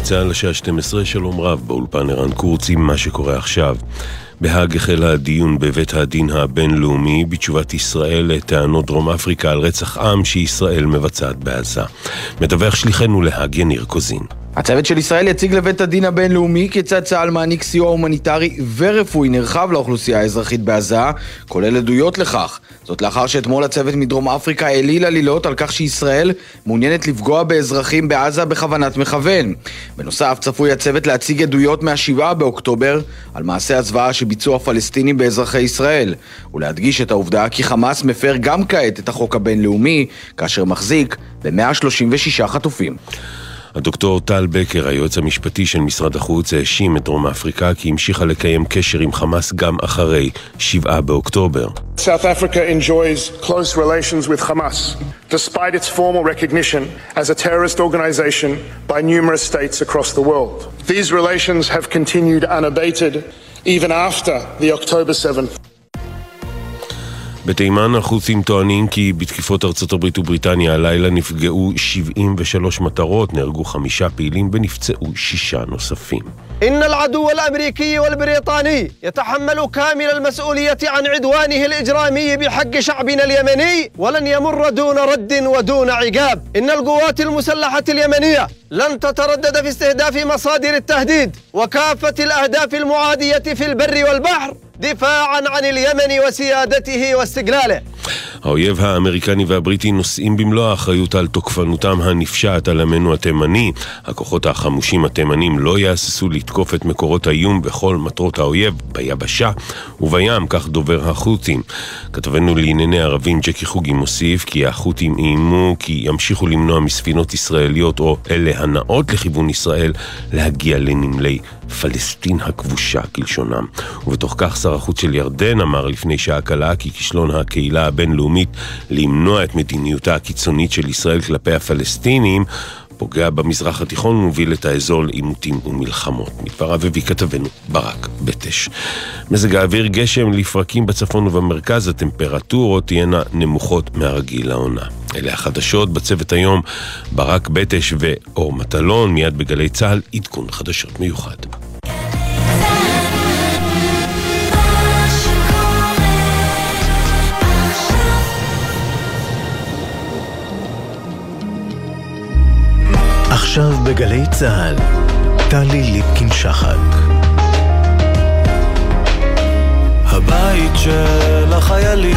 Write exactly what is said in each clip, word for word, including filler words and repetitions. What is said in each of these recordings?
צהל השעה שתים עשרה, שלום רב, באולפן ערן קורצי, מה שקורה עכשיו. בהאג החל הדיון בבית הדין הבינלאומי בתשובת ישראל לטענות דרום אפריקה על רצח עם שישראל מבצעת בעזה. מדווח שליחנו להאג יניר קוזין. הצוות של ישראל יציג לבית הדין הבינלאומי כיצד צה"ל מעניק סיוע הומניטרי ורפואי נרחב לאוכלוסייה האזרחית בעזה, כולל עדויות לכך. זאת לאחר שאתמול הצוות מדרום אפריקה העליל עלילות על כך שישראל מעוניינת לפגוע באזרחים בעזה בכוונת מכוון. בנוסף, צפוי הצוות להציג עדויות מה-שבעה באוקטובר על מעשי הזוועה שביצעו הפלסטינים באזרחי ישראל, ולהדגיש את העובדה כי חמאס מפר גם כעת את החוק הבינלאומי, כאשר מחזיק ב-מאה שלושים ושישה חטופים. הדוקטור טל בקר, היועץ המשפטי של משרד החוץ, האשים את דרום אפריקה כי המשיכה לקיים קשר עם חמאס גם אחרי שבעה באוקטובר. South Africa enjoys close relations with Hamas, despite its formal recognition as a terrorist organization by numerous states across the world. These relations have continued unabated even after the October seventh. בתימן החות'ים טוענים כי בתקיפות ארצות הברית ובריטניה הלילה נפגעו שבעים ושלוש מטרות, נהרגו חמישה פעילים ונפצעו שישה נוספים. إن العدو الأمريكي والبريطاني يتحمل كامل المسؤولية عن عدوانه الإجرامي بحق شعبنا اليمني ولن يمر دون رد ودون عقاب. إن القوات المسلحة اليمنية لن تتردد في استهداف مصادر التهديد وكافة الأهداف المعادية في البر والبحر دفاعا عن اليمن وسيادته واستقلاله. האויב האמריקני והבריטי נושאים במלוא האחריות על תוקפנותם הנפשעת על עמנו התימני. הכוחות החמושים התימנים לא יאססו לתקוף את מקורות האיום בכל מטרות האויב ביבשה ובים, כך דובר החות'ים. כתבנו לענייני ערבים ג'קי חוגי מוסיף כי החות'ים איימו כי ימשיכו למנוע מספינות ישראליות או אלה הנעות לכיוון ישראל להגיע לנמלי פלסטין הכבושה כלשונם. ובתוך כך שר החוץ של ירדן אמר לפני שעה קלה כי כישלון הקהילה הבינלאומית למנוע את מדיניותה הקיצונית של ישראל כלפי הפלסטינים פוגע במזרח התיכון ומוביל את האזור לעימותים ומלחמות. מדבריו הביא כתבנו ברק בטש. מזג האוויר גשם לפרקים בצפון ובמרכז, הטמפרטורות תהיינה נמוכות מהרגיל לעונה. אלה החדשות בצוות היום, ברק בטש ואור מטלון, מיד בגלי צהל, עדכון חדשות מיוחד. עכשיו בגלי צהל, טלי ליפקין שחק. הבית של החיילים,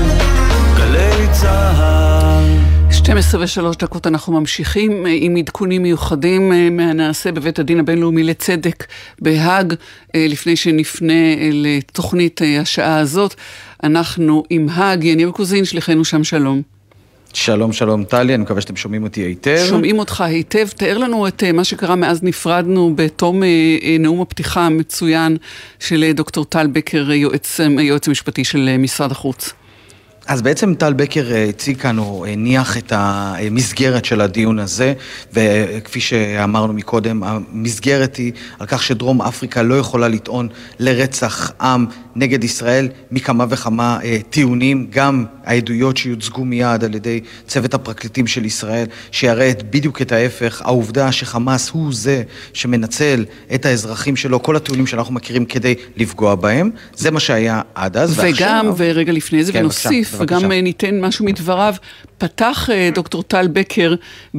גלי צהל. שתים עשרה ושלוש דקות אנחנו ממשיכים עם עדכונים מיוחדים מהנעשה בבית הדין הבינלאומי לצדק בהאג. לפני שנפנה לתוכנית השעה הזאת, אנחנו עם האג. יניר קוזין, שליחנו שם, שלום. שלום, שלום טלי, אני מקווה שאתם שומעים אותי היטב. שומעים אותך היטב. תאר לנו את מה שקרה מאז נפרדנו בתום נאום הפתיחה המצוין של דוקטור טל בקר, יועץ, יועץ המשפטי של משרד החוץ. אז בעצם טל בקר הציג כאן, הוא הניח את המסגרת של הדיון הזה, וכפי שאמרנו מקודם, המסגרת היא על כך שדרום אפריקה לא יכולה לטעון לרצח עם נגד ישראל מכמה וכמה טיעונים, גם העדויות שיוצגו מיד על ידי צוות הפרקליטים של ישראל, שיראה בדיוק את ההפך, העובדה שחמאס הוא זה שמנצל את האזרחים שלו, כל הטיעונים שאנחנו מכירים כדי לפגוע בהם, זה מה שהיה עד אז. וגם, ורגע לפני זה, ונוסיף, וגם ניתן משהו מדבריו, פתח דוקטור טל בקר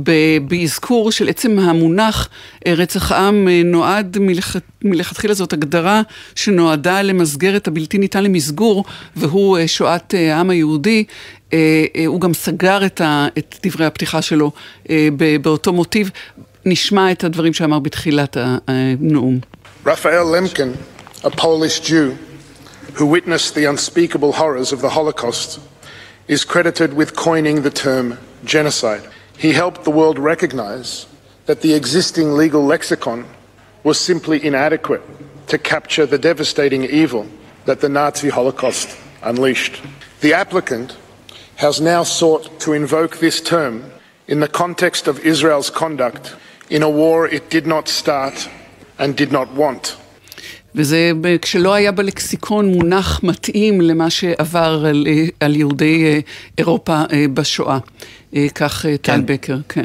באזכור של עצם המונח רצח עם, נועד מלכתחילה, זאת הגדרה שנועדה למסגר את הבלתי ניתן למסגור, והוא שואת העם היהודי. הוא גם סגר את דברי הפתיחה שלו באותו מוטיב. נשמע את הדברים שאמר בתחילת הנאום. Raphael Lemkin, a Polish Jew who witnessed the unspeakable horrors of the Holocaust, is credited with coining the term genocide. He helped the world recognize that the existing legal lexicon was simply inadequate to capture the devastating evil that the Nazi Holocaust unleashed. The applicant has now sought to invoke this term in the context of Israel's conduct in a war it did not start and did not want. וזה כשלא היה בלקסיקון מונח מתאים למה שעבר על, על יהודי אירופה בשואה. כך טל בקר, כן.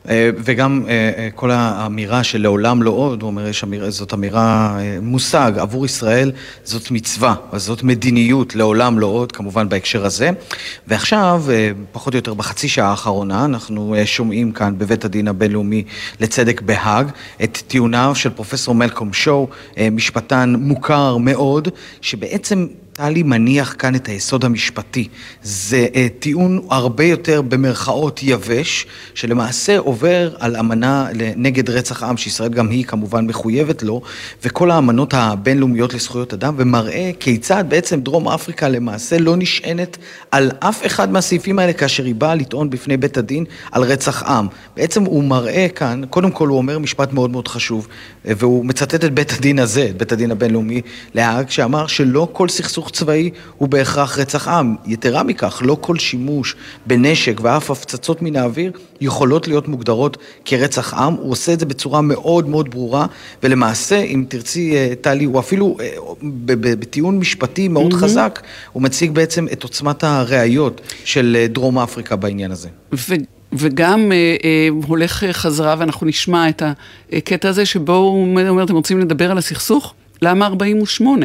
וגם כל האמירה של לעולם לא עוד, הוא אומר, זאת אמירה, מושג, עבור ישראל זאת מצווה, זאת מדיניות, לעולם לא עוד, כמובן בהקשר הזה. ועכשיו, פחות או יותר בחצי שעה האחרונה, אנחנו שומעים כאן בבית הדין הבינלאומי לצדק בהאג, את טיעוניו של פרופסור מלקום שואו, משפטן מוכר מאוד, שבעצם טלי מניח כאן את היסוד המשפטי. זה uh, טיעון הרבה יותר במרכאות יבש, שלמעשה עובר על אמנה נגד רצח עם, שישראל גם היא כמובן מחויבת לו, וכל האמנות הבינלאומיות לזכויות אדם, ומראה כיצד בעצם דרום אפריקה למעשה לא נשענת על אף אחד מהסעיפים האלה, כאשר היא באה לטעון בפני בית הדין על רצח עם. בעצם הוא מראה כאן, קודם כל הוא אומר משפט מאוד מאוד חשוב, והוא מצטט את בית הדין הזה, את בית הדין הבינלאומי להאג, שאמר שלא כל סכסוך צבאי הוא בהכרח רצח עם. יתרה מכך, לא כל שימוש בנשק ואף הפצצות מן האוויר יכולות להיות מוגדרות כרצח עם. הוא עושה את זה בצורה מאוד מאוד ברורה, ולמעשה, אם תרצי, טלי, הוא אפילו בטיעון משפטי מאוד חזק, הוא מציג בעצם את עוצמת הראיות של דרום אפריקה בעניין הזה. ו... וגם אה, אה, הולך חזרה, ואנחנו נשמע את הקטע הזה, שבו הוא אומר, אתם רוצים לדבר על הסכסוך? למה ארבעים ושמונה?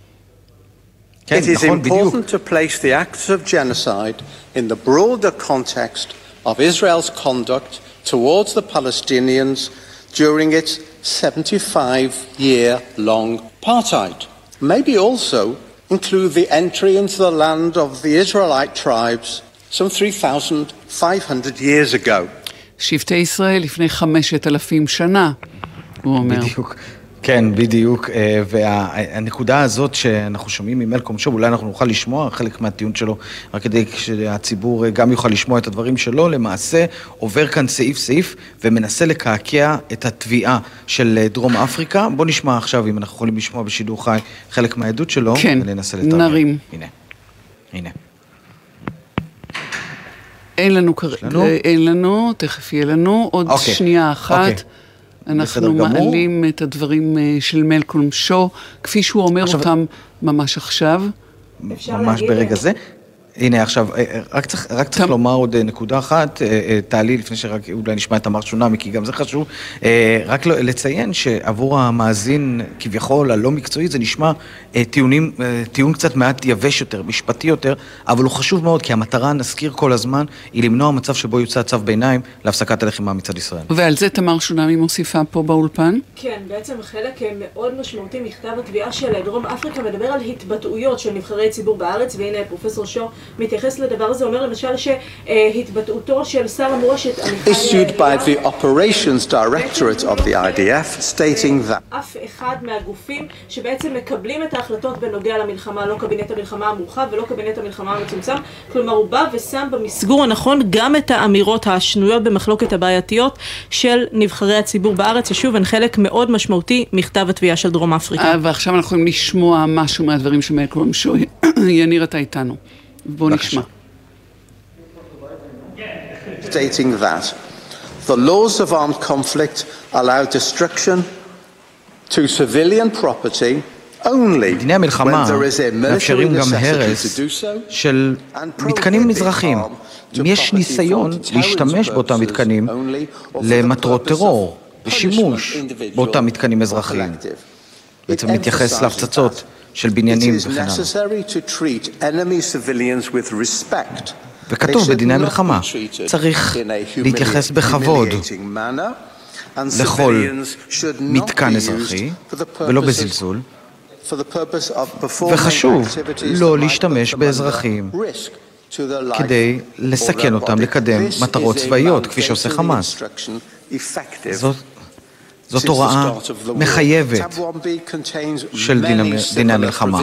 כן, It is נכון, בדיוק. important to place the acts of genocide in the broader context of Israel's conduct towards the Palestinians during its seventy-five year long apartheid. Maybe also include the entry into the land of the Israelite tribes some three thousand five hundred years ago. שבטי ישראל לפני חמשת אלפים שנה, הוא אומר. בדיוק. כן, בדיוק, והנקודה הזאת שאנחנו שומעים ממלקום שואו, אולי אנחנו נוכל לשמוע חלק מהטיעון שלו, רק כדי שהציבור גם יוכל לשמוע את הדברים שלו, למעשה עובר כאן סעיף סעיף ומנסה לקעקע את התביעה של דרום אפריקה. בוא נשמע עכשיו, אם אנחנו יכולים לשמוע בשידור חי חלק מהעדות שלו, כן, נרים. הנה, הנה. אין לנו כרגע, אין לנו, תכף יהיה לנו, עוד okay. שנייה אחת. Okay. אנחנו מעלים את הדברים של מלקום שואו, כפי שהוא אומר עכשיו, אותם ממש עכשיו. ממש ברגע זה. הנה עכשיו, רק צריך, רק צריך לומר עוד נקודה אחת, תעלי, לפני שרק אולי נשמע את תמר שונמי, כי גם זה חשוב, רק לציין שעבור המאזין כביכול הלא מקצועי, זה נשמע טיעונים, טיעון קצת מעט יבש יותר, משפטי יותר, אבל הוא חשוב מאוד, כי המטרה, נזכיר כל הזמן, היא למנוע מצב שבו יוצא צו ביניים להפסקת הלחימה מצד ישראל. ועל זה תמר שונמי מוסיפה פה באולפן? כן, בעצם חלק מאוד משמעותי מכתב התביעה של דרום אפריקה מדבר על התבטאויות של נבחרי ציבור בארץ, והנה פרופסור שואו מתייחס לדבר הזה, אומר למשל שהתבטאותו של שר המורשת issued by the operations directorate of the I D F stating that אף אחד מהגופים שבעצם מקבלים את ההחלטות בנוגע למלחמה, לא קבינט המלחמה המורחב ולא קבינט המלחמה המצומצם, כלומר הוא בא ושם במסגור הנכון גם את האמירות השנויות במחלוקת הבעייתיות של נבחרי הציבור בארץ, ששוב הן חלק מאוד משמעותי מכתב התביעה של דרום אפריקה. ועכשיו אנחנו יכולים לשמוע משהו מהדברים שמלקום שואו. יניר, אתה איתנו. בוא נשמע. Stating that the laws of armed conflict allow destruction to civilian property only דיני המלחמה מאפשרים גם הרס של מתקנים מזרחיים. אם יש ניסיון להשתמש באותם מתקנים למטרות טרור, ושימוש באותם מתקנים אזרחיים. בעצם מתייחס להפצצות של בניינים וכן הלאה. וכתוב בדיני המלחמה, צריך להתייחס בכבוד לכל מתקן אזרחי ולא בזלזול, וחשוב לא להשתמש באזרחים כדי לסכן אותם לקדם מטרות צבאיות כפי שעושה חמאס. זאת זאת הוראה מחייבת של דיני המלחמה.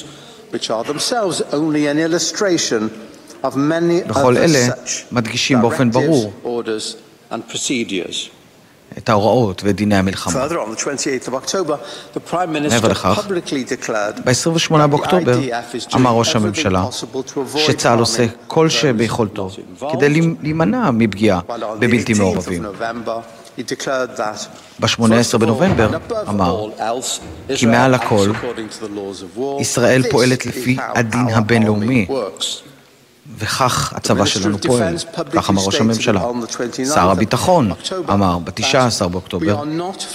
בכל אלה מדגישים באופן ברור את ההוראות ודיני המלחמה. מעבר לכך, ב-עשרים ושמונה באוקטובר אמר ראש הממשלה שצה"ל עושה כל שביכולתו כדי להימנע מפגיעה בבלתי מעורבים. ב-שמונה עשרה בנובמבר אמר כי מעל הכל ישראל פועלת לפי הדין הבינלאומי וכך הצבא שלנו פועל, כך אמר ראש הממשלה. שר הביטחון אמר ב-תשעה עשר באוקטובר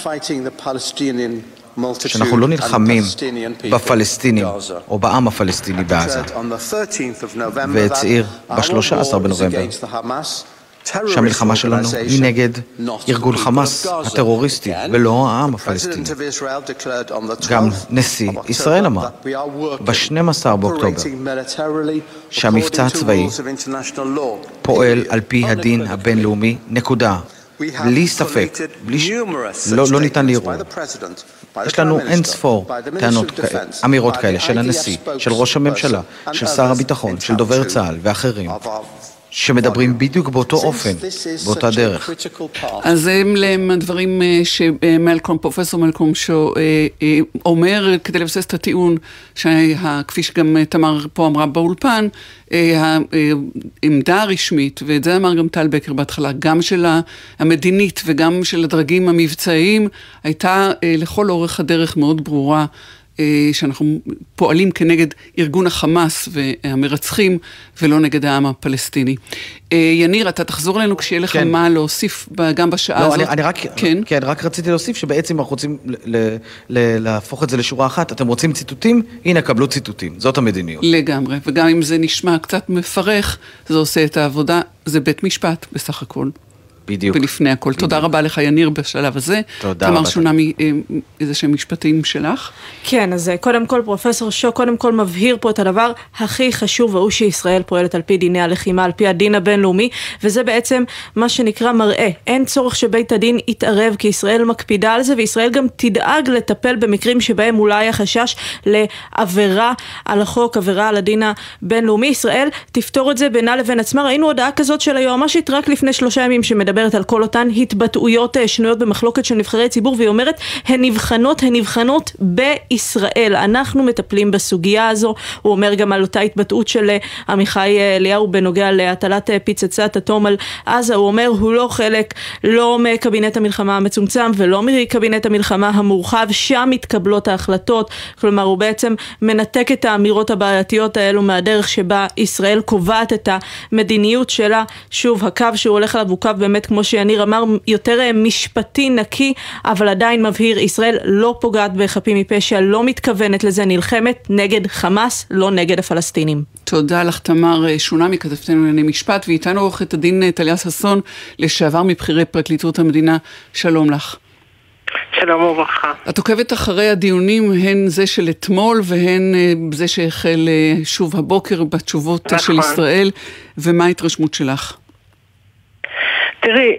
שאנחנו לא נלחמים בפלסטינים או בעם הפלסטיני בעזה, והצעיר ב-שלושה עשר בנובמבר שהמלחמה שלנו היא נגד ארגון חמאס הטרוריסטי ולא העם הפלסטיני. גם נשיא ישראל אמר ב-שנים עשר באוקטובר שהמבצע הצבאי פועל על פי הדין הבינלאומי, נקודה. בלי ספק, בלי ש... לא, לא ניתן לראות. יש לנו אין ספור טענות כאלה, אמירות כאלה של הנשיא, של ראש הממשלה, של שר הביטחון, של דובר צה"ל ואחרים, שמדברים בדיוק באותו אופן, באותה דרך. אז הם הדברים שמלקום, פרופסור מלקום שו אומר, כדי לבסס את הטיעון, שכפי שגם תמר פה אמרה באולפן, העמדה הרשמית, ואת זה אמר גם טל בקר בהתחלה, גם של המדינית וגם של הדרגים המבצעיים, הייתה לכל אורך הדרך מאוד ברורה, שאנחנו פועלים כנגד ארגון החמאס והמרצחים, ולא נגד העם הפלסטיני. יניר, אתה תחזור אלינו כשיהיה לך כן. מה להוסיף גם בשעה לא, הזאת. אני, אני רק, כן. כן, רק רציתי להוסיף שבעצם אנחנו רוצים ל, ל, להפוך את זה לשורה אחת. אתם רוצים ציטוטים? הנה, קבלו ציטוטים. זאת המדיניות. לגמרי, וגם אם זה נשמע קצת מפרך, זה עושה את העבודה, זה בית משפט בסך הכל. בדיוק. ולפני הכל. בדיוק. תודה רבה לך, יניר, בשלב הזה. תודה רבה. תמר שונמי, איזה שהם משפטים שלך? כן, אז קודם כל, פרופסור שו, קודם כל מבהיר פה את הדבר הכי חשוב, והוא שישראל פועלת על פי דיני הלחימה, על פי הדין הבינלאומי, וזה בעצם מה שנקרא מראה. אין צורך שבית הדין יתערב, כי ישראל מקפידה על זה, וישראל גם תדאג לטפל במקרים שבהם אולי החשש לעבירה על החוק, עבירה על הדין הבינלאומי. ישראל תפתור את זה בינה לבין עצמה. ראינו הודעה כזאת של היועמ"שית רק לפני שלושה ימים שמדבר על כל אותן התבטאויות שנויות במחלוקת של נבחרי ציבור, והיא אומרת, הן נבחנות, הן נבחנות בישראל. אנחנו מטפלים בסוגיה הזו. הוא אומר גם על אותה התבטאות של עמיחי אליהו בנוגע להטלת פצצת אטום על עזה. הוא אומר, הוא לא חלק, לא מקבינט המלחמה המצומצם ולא מקבינט המלחמה המורחב, שם מתקבלות ההחלטות. כלומר, הוא בעצם מנתק את האמירות הבעייתיות האלו מהדרך שבה ישראל קובעת את המדיניות שלה. שוב, הקו שהוא הולך עליו הוא קו באמת, כמו שיניר אמר, יותר משפטי נקי, אבל עדיין מבהיר, ישראל לא פוגעת בחפים מפשע, לא מתכוונת לזה, נלחמת נגד חמאס, לא נגד הפלסטינים. תודה לך, תמר שונמי, כתבתנו לענייני משפט, ואיתנו עורכת הדין טליה ששון, לשעבר מבחירי פרקליטות המדינה. שלום לך. שלום וברכה. את עוקבת אחרי הדיונים, הן זה של אתמול והן זה שהחל שוב הבוקר בתשובות נכון. של ישראל, ומה ההתרשמות שלך? תראי,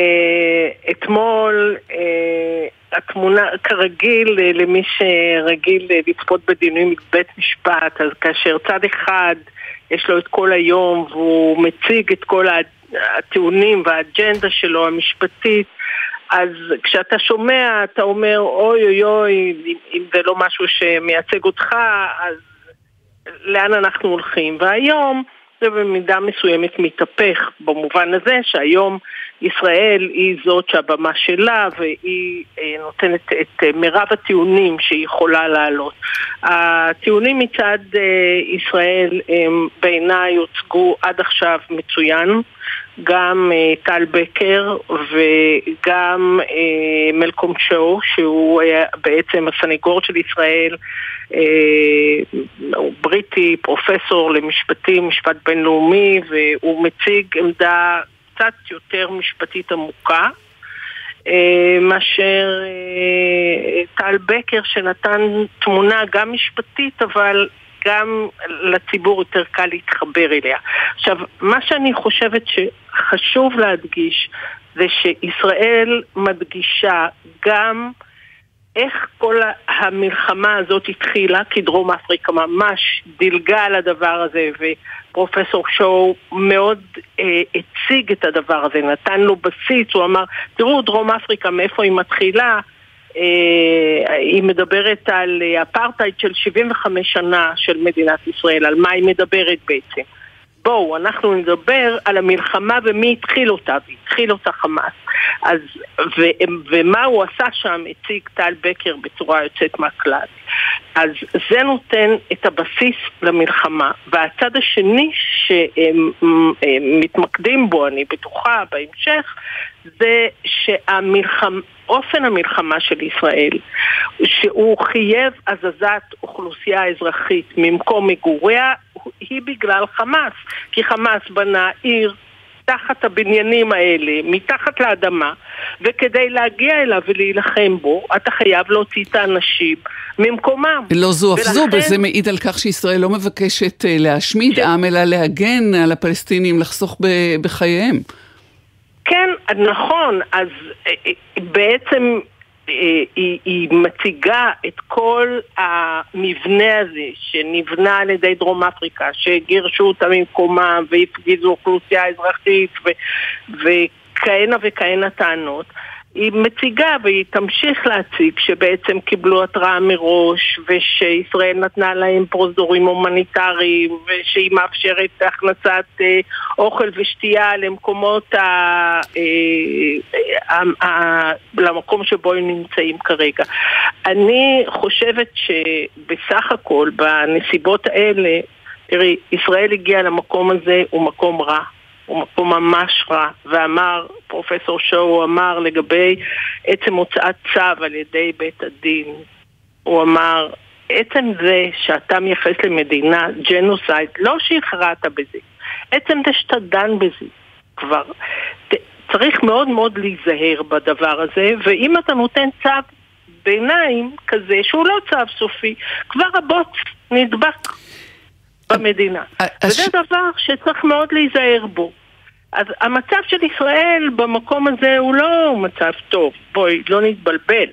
אתמול התמונה כרגיל למי שרגיל לצפות בדיונים בבית משפט, אז כאשר צד אחד יש לו את כל היום והוא מציג את כל הטיעונים והאג'נדה שלו המשפטית, אז כשאתה שומע אתה אומר אוי אוי אוי, אם זה לא משהו שמייצג אותך, אז לאן אנחנו הולכים? והיום זה במידה מסוימת מתהפך, במובן הזה שהיום ישראל היא זאת שהבמה שלה, והיא נותנת את מרב הטיעונים שהיא יכולה לעלות. הטיעונים מצד ישראל בעיניי הוצגו עד עכשיו מצוין, גם טל בקר וגם מלקום שו, שהוא בעצם הסניגור של ישראל, הוא בריטי, פרופסור למשפטים, משפט בינלאומי, והוא מציג עמדה קצת יותר משפטית עמוקה מאשר טל בקר, שנתן תמונה גם משפטית אבל גם לציבור יותר קל להתחבר אליה. עכשיו, מה שאני חושבת שחשוב להדגיש זה שישראל מדגישה גם איך כל המלחמה הזאת התחילה, כי דרום אפריקה ממש דילגה על הדבר הזה, ופרופסור שו מאוד אה, הציג את הדבר הזה, נתן לו בסיס, הוא אמר, תראו דרום אפריקה מאיפה היא מתחילה, אה, היא מדברת על אפרטהייד של שבעים וחמש שנה של מדינת ישראל, על מה היא מדברת בעצם. בואו, אנחנו נדבר על המלחמה ומי התחיל אותה, והתחיל אותה חמאס. אז, ו, ומה הוא עשה שם, הציג טל בקר בצורה יוצאת מהכלל. אז זה נותן את הבסיס למלחמה. והצד השני שהם מתמקדים בו, אני בטוחה בהמשך, זה שהמלחמה, אופן המלחמה של ישראל, שהוא חייב הזזת אוכלוסייה אזרחית ממקום מגוריה, היא בגלל חמאס. כי חמאס בנה עיר תחת הבניינים האלה, מתחת לאדמה, וכדי להגיע אליו ולהילחם בו, אתה חייב להוציא את האנשים ממקומם. לא זו אף זו, וזה מעיד על כך שישראל לא מבקשת להשמיד עם, אלא להגן על הפלסטינים, לחסוך בחייהם. כן, נכון, אז בעצם היא, היא מציגה את כל המבנה הזה שנבנה על ידי דרום אפריקה, שגירשו אותם ממקומם והפגיזו אוכלוסייה אזרחית ו, וכהנה וכהנה טענות. היא מציגה והיא תמשיך להציג שבעצם קיבלו התראה מראש ושישראל נתנה להם פרוזדורים הומניטריים ושהיא מאפשרת הכנסת אה, אוכל ושתייה למקומות ה, אה, ה, ה, למקום שבו הם נמצאים כרגע. אני חושבת שבסך הכל בנסיבות האלה, תראי, ישראל הגיעה למקום הזה, הוא מקום רע. הוא מקום ממש רע, ואמר, פרופסור שואו אמר לגבי עצם הוצאת צו על ידי בית הדין, הוא אמר, עצם זה שאתה מייחס למדינה ג'נוסייד, לא שהכרעת בזה, עצם זה שאתה דן בזה כבר, צריך מאוד מאוד להיזהר בדבר הזה, ואם אתה נותן צו ביניים כזה, שהוא לא צו סופי, כבר הבוץ נדבק במדינה. וזה דבר שצריך מאוד להיזהר בו. אז המצב של ישראל במקום הזה הוא לא מצב טוב. בואי, לא נתבלבל.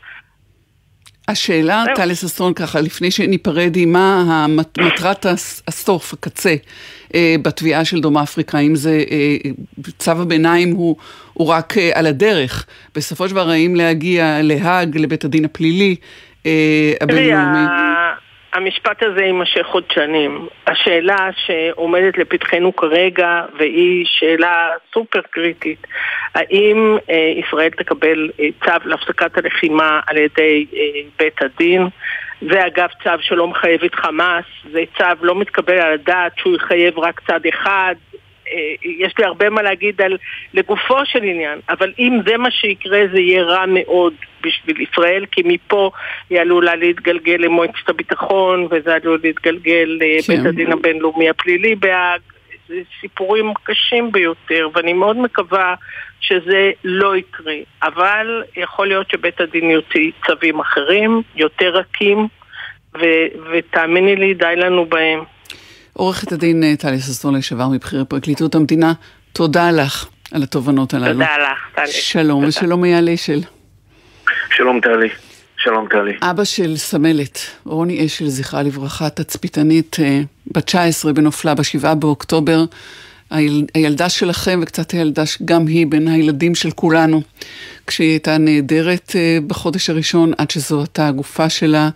השאלה, טלי ששון, ככה, לפני שניפרד עם מה מטרת הסוף, הקצה, בתביעה של דרום אפריקה, אם זה צו הביניים הוא, הוא רק על הדרך. בסופו של דבר, האם להגיע להאג, לבית הדין הפלילי, הבינלאומי? המשפט הזה יימשך עוד שנים. השאלה שעומדת לפתחנו כרגע, והיא שאלה סופר קריטית, האם אה, ישראל תקבל אה, צו להפסקת הלחימה על ידי אה, בית הדין? זה אגב צו שלא מחייב את חמאס, זה צו לא מתקבל על הדעת שהוא יחייב רק צד אחד. יש לי הרבה מה להגיד על לגופו של עניין, אבל אם זה מה שיקרה זה יהיה רע מאוד בשביל ישראל, כי מפה היא עלולה להתגלגל למועצת הביטחון, וזה עלול להתגלגל לבית הדין הבינלאומי הפלילי בהאג. זה סיפורים קשים ביותר, ואני מאוד מקווה שזה לא יקרה, אבל יכול להיות שבית הדין יוציא צווים אחרים, יותר רכים, ו- ותאמיני לי, די לנו בהם. עורכת הדין טלי ששון, לשעבר מבכירי פרקליטות המדינה, תודה לך על התובנות הללו. תודה לך, טלי. שלום, תודה. ושלום אייל אשל. שלום טלי, שלום טלי. אבא של סמלת, רוני אשל, זכרה לברכה, תצפיתנית בת תשע עשרה בנופלה בשבעה באוקטובר, היל, הילדה שלכם וקצת הילדה גם היא בין הילדים של כולנו, כשהיא הייתה נהדרת בחודש הראשון עד שזו הייתה הגופה שלה,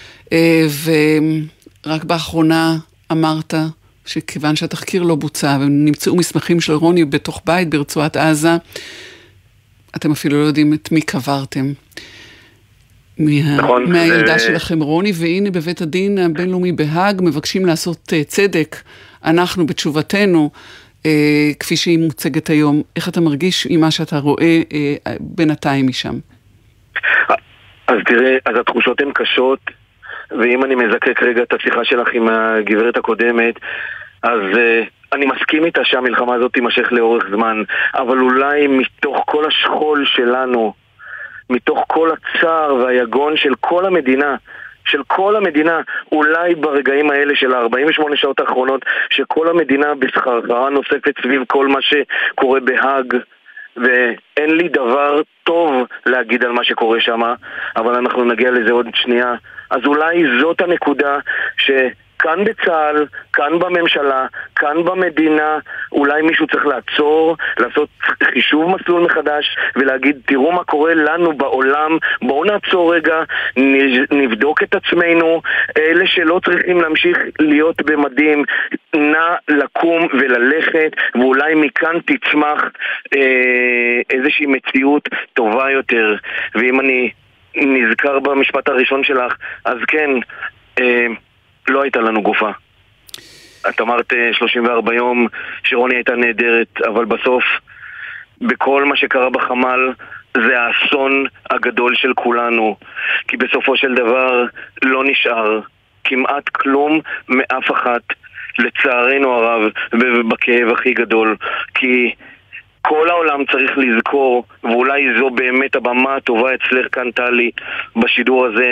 ורק באחרונה אמרת שכיוון שהתחקיר לא בוצע ונמצאו מסמכים של רוני בתוך בית ברצועת עזה, אתם אפילו לא יודעים את מי קברתם מה... נכון, מהילדה ו... שלכם רוני, והנה בבית הדין הבינלאומי בהאג מבקשים לעשות צדק. אנחנו בתשובתנו אה, כפי שהיא מוצגת היום, איך אתה מרגיש עם מה שאתה רואה אה, בינתיים משם? אז תראה, אז התחושות הן קשות, ואם אני מזקק רגע את השיחה שלך עם הגברת הקודמת, אז uh, אני מסכים איתה שהמלחמה הזאת תימשך לאורך זמן, אבל אולי מתוך כל השכול שלנו, מתוך כל הצער והיגון של כל המדינה, של כל המדינה, אולי ברגעים האלה של ה-ארבעים ושמונה שעות האחרונות, שכל המדינה בסחרחרה נוספת סביב כל מה שקורה בהאג, ואין לי דבר טוב להגיד על מה שקורה שם, אבל אנחנו נגיע לזה עוד שנייה. אז אולי זאת הנקודה כאן בצה"ל, כאן בממשלה, כאן במדינה, אולי מישהו צריך לעצור, לעשות חישוב מסלול מחדש ולהגיד, תראו מה קורה לנו בעולם, בואו נעצור רגע, נבדוק את עצמנו, אלה שלא צריכים להמשיך להיות במדים, נא לקום וללכת, ואולי מכאן תצמח אה, איזושהי מציאות טובה יותר. ואם אני נזכר במשפט הראשון שלך, אז כן, אה, לא הייתה לנו גופה. את אמרת שלושים וארבעה יום שרוני הייתה נהדרת, אבל בסוף, בכל מה שקרה בחמ"ל, זה האסון הגדול של כולנו. כי בסופו של דבר לא נשאר כמעט כלום מאף אחת, לצערנו הרב, ובכאב הכי גדול. כי כל העולם צריך לזכור, ואולי זו באמת הבמה הטובה אצלך כאן טלי בשידור הזה,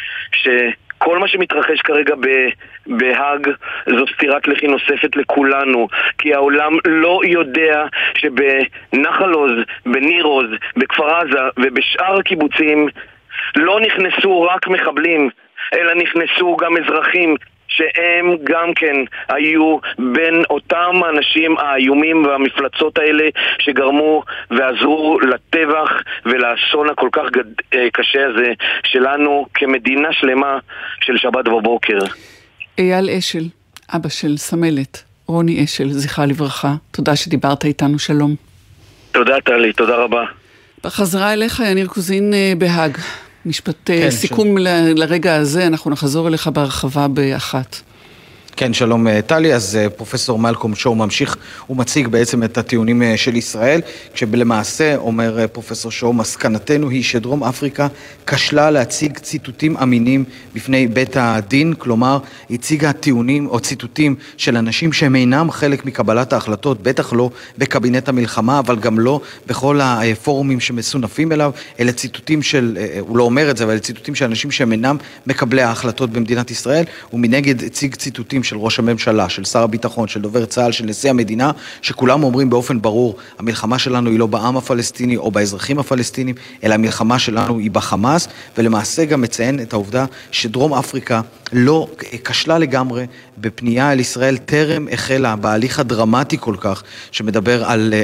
שכל מה שמתרחש כרגע בהאג זו סתירת לחי נוספת לכולנו, כי העולם לא יודע שבנחל עוז, בניר עוז, בכפר עזה ובשאר הקיבוצים לא נכנסו רק מחבלים, אלא נכנסו גם אזרחים שהם גם כן היו בין אותם האנשים האיומים והמפלצות האלה שגרמו ועזרו לטבח ולאסון הכל כך גד... קשה הזה שלנו כמדינה שלמה של שבת בבוקר. אייל אשל, אבא של סמלת, רוני אשל, זכרה לברכה, תודה שדיברת איתנו, שלום. תודה טלי, תודה רבה. בחזרה אליך, יניר קוזין בהאג. משפט כן, סיכום ל, לרגע הזה, אנחנו נחזור אליך בהרחבה באחת. כן, שלום טלי. אז פרופסור מלקום שואו ממשיך ומציג בעצם את הטיעונים של ישראל, כשבלמעשה אומר פרופסור שואו, מסקנתנו היא שדרום אפריקה כשלה להציג ציטוטים אמינים בפני בית הדין, כלומר הציגה טיעונים או ציטוטים של אנשים שהם אינם חלק מקבלת ההחלטות, בטח לא בקבינט המלחמה, אבל גם לא בכל הפורומים שמסונפים אליו, אלה ציטוטים של, הוא לא אומר את זה, אבל אלה ציטוטים של אנשים שהם אינם מקבלי ההחלטות במדינת ישראל, ומנגד הציג ציטוטים של ראש הממשלה, של שר הביטחון, של דובר צה"ל, של נשיא המדינה, שכולם אומרים באופן ברור, המלחמה שלנו היא לא בעם הפלסטיני או באזרחים הפלסטינים, אלא המלחמה שלנו היא בחמאס, ולמעשה גם מציין את העובדה שדרום אפריקה לא כשלה לגמרי בפנייה אל ישראל, טרם החלה בהליך הדרמטי כל כך, שמדבר על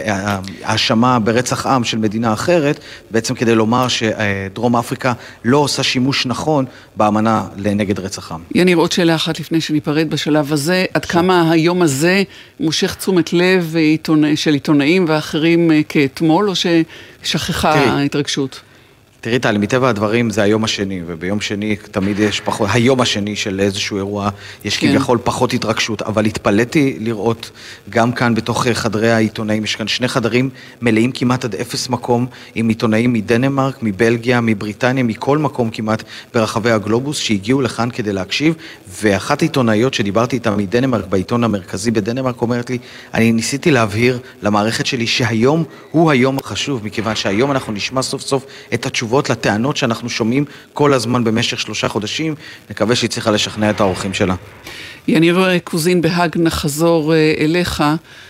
האשמה ברצח עם של מדינה אחרת, בעצם כדי לומר שדרום אפריקה לא עושה שימוש נכון באמנה לנגד רצח עם. יניר, עוד שאלה אחת לפני שניפרד בשלב הזה, עד כמה היום הזה מושך תשומת לב של עיתונאים ואחרים כאתמול, או ששכחה ההתרגשות? תראי טלי, מטבע הדברים זה היום השני, וביום שני תמיד יש פחות, היום השני של איזשהו אירוע, יש כן. כביכול פחות התרגשות, אבל התפלאתי לראות גם כאן בתוך חדרי העיתונאים, יש כאן שני חדרים מלאים כמעט עד אפס מקום, עם עיתונאים מדנמרק, מבלגיה, מבריטניה, מכל מקום כמעט ברחבי הגלובוס, שהגיעו לכאן כדי להקשיב, ואחת העיתונאיות שדיברתי איתה מדנמרק, בעיתון המרכזי בדנמרק, אומרת לי, אני ניסיתי להבהיר למערכת שלי שהיום הוא היום החשוב, מכיוון שהיום אנחנו נשמע סוף סוף את התשובה לטענות שאנחנו שומעים כל הזמן במשך שלושה חודשים. נקווה שהיא צריכה לשכנע את האורחים שלה. יניר קוזין בהאג, נחזור אליך.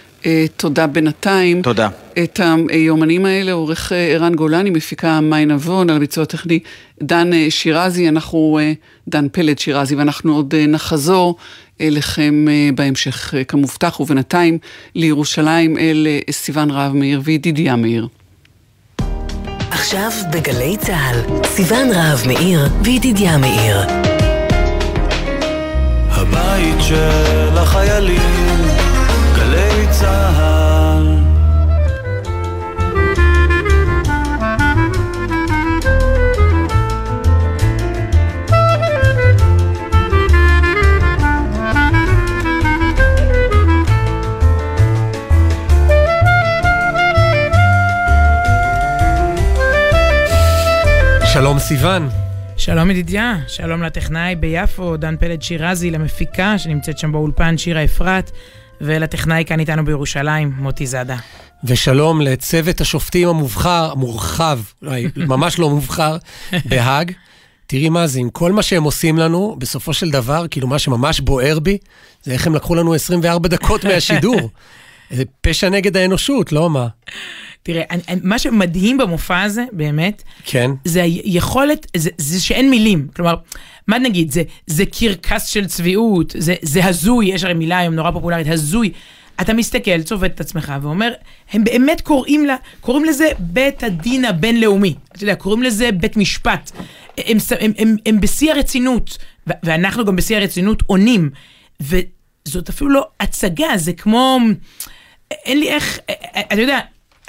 תודה בינתיים. תודה. את היומנים האלה עורך ערן גולני, מפיקה מי נבון, על הביצוע הטכני דן שירזי, אנחנו, דן פלד שירזי, ואנחנו עוד נחזור אליכם בהמשך כמובטח, ובינתיים לירושלים אל סיוון רהב מאיר וידידיה מאיר. עכשיו בגלי צהל, סיוון רהב מאיר וידידיה מאיר. הבית של החיילים, גלי צהל. שלום סיוון. שלום ידידיה, שלום לטכנאי ביפו, דן פלד שירזי, למפיקה שנמצאת שם באולפן שירה אפרת, ולטכנאי כאן איתנו בירושלים, מוטי זאדה. ושלום לצוות השופטים המובחר, המורחב, ממש לא מובחר, בהאג. תראי מה זה, עם כל מה שהם עושים לנו, בסופו של דבר, כאילו מה שממש בוער בי, זה איך הם לקחו לנו עשרים וארבע דקות מהשידור. זה פשע נגד האנושות, לא מה? תראה, מה שמדהים במופע הזה, באמת, כן. זה היכולת, זה, זה שאין מילים. כלומר, מה נגיד, זה, זה קרקס של צביעות, זה, זה הזוי, יש הרי מילה היום נורא פופולרית, הזוי. אתה מסתכל, צובט את עצמך ואומר, הם באמת קוראים לה, קוראים לזה בית הדין הבינלאומי. אתה יודע, קוראים לזה בית משפט. הם, הם, הם, הם בשיא הרצינות, ואנחנו גם בשיא הרצינות עונים. וזאת אפילו לא הצגה, זה כמו, אין לי איך, אתה יודע,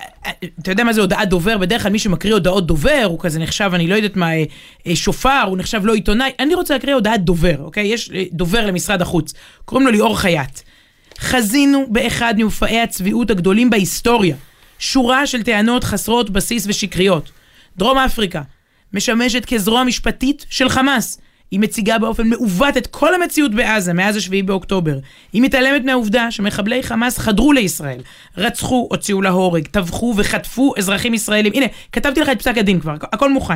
אתה יודע מה זה הודעת דובר? בדרך כלל מי שמקריא הודעות דובר, הוא כזה נחשב, אני לא יודעת מה, שופר, הוא נחשב לא עיתונאי. אני רוצה להקריא הודעת דובר, אוקיי? יש דובר למשרד החוץ, קוראים לו ליאור חייט. חזינו באחד ממופעי הצביעות הגדולים בהיסטוריה. שורה של טענות חסרות בסיס ושקריות. דרום אפריקה משמשת כזרוע משפטית של חמאס. היא מציגה באופן מעוות את כל המציאות בעזה, מאז השביעי באוקטובר. היא מתעלמת מהעובדה שמחבלי חמאס חדרו לישראל, רצחו, הוציאו להורג, טבחו וחטפו אזרחים ישראלים. הנה, כתבתי לך את פסק הדין כבר, הכל מוכן.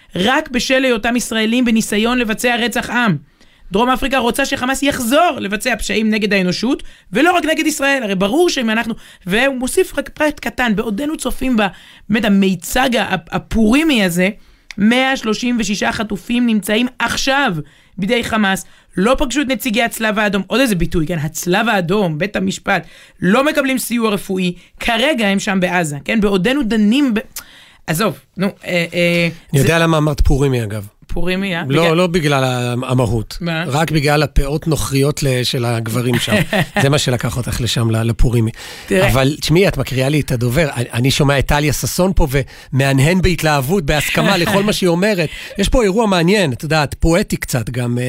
רק בשל היותם ישראלים בניסיון לבצע רצח עם. דרום אפריקה רוצה שחמאס יחזור לבצע פשעים נגד האנושות, ולא רק נגד ישראל. הרי ברור שאם אנחנו, והוא מוסיף רק פרט קטן, בעודנו צופים בה, באמת המיצג הפורימי הזה, מאה שלושים ושישה חטופים נמצאים עכשיו בידי חמאס, לא פגשו את נציגי הצלב האדום, עוד איזה ביטוי, כן, הצלב האדום, בית המשפט, לא מקבלים סיוע רפואי, כרגע הם שם בעזה, כן, בעודנו דנים, ב... עזוב, נו, אה, אה, אני זה... יודע למה אמרת פורימי אגב. פורימי, אה? לא, בגלל... לא בגלל המהות, מה? רק בגלל הפאות נוכריות של הגברים שם. זה מה שלקח אותך לשם, לפורימי. אבל תשמעי, את מקריאה לי את הדובר, אני שומע את טליה ססון פה ומענהן בהתלהבות, בהסכמה לכל מה שהיא אומרת. יש פה אירוע מעניין, את יודעת, פואטי קצת גם...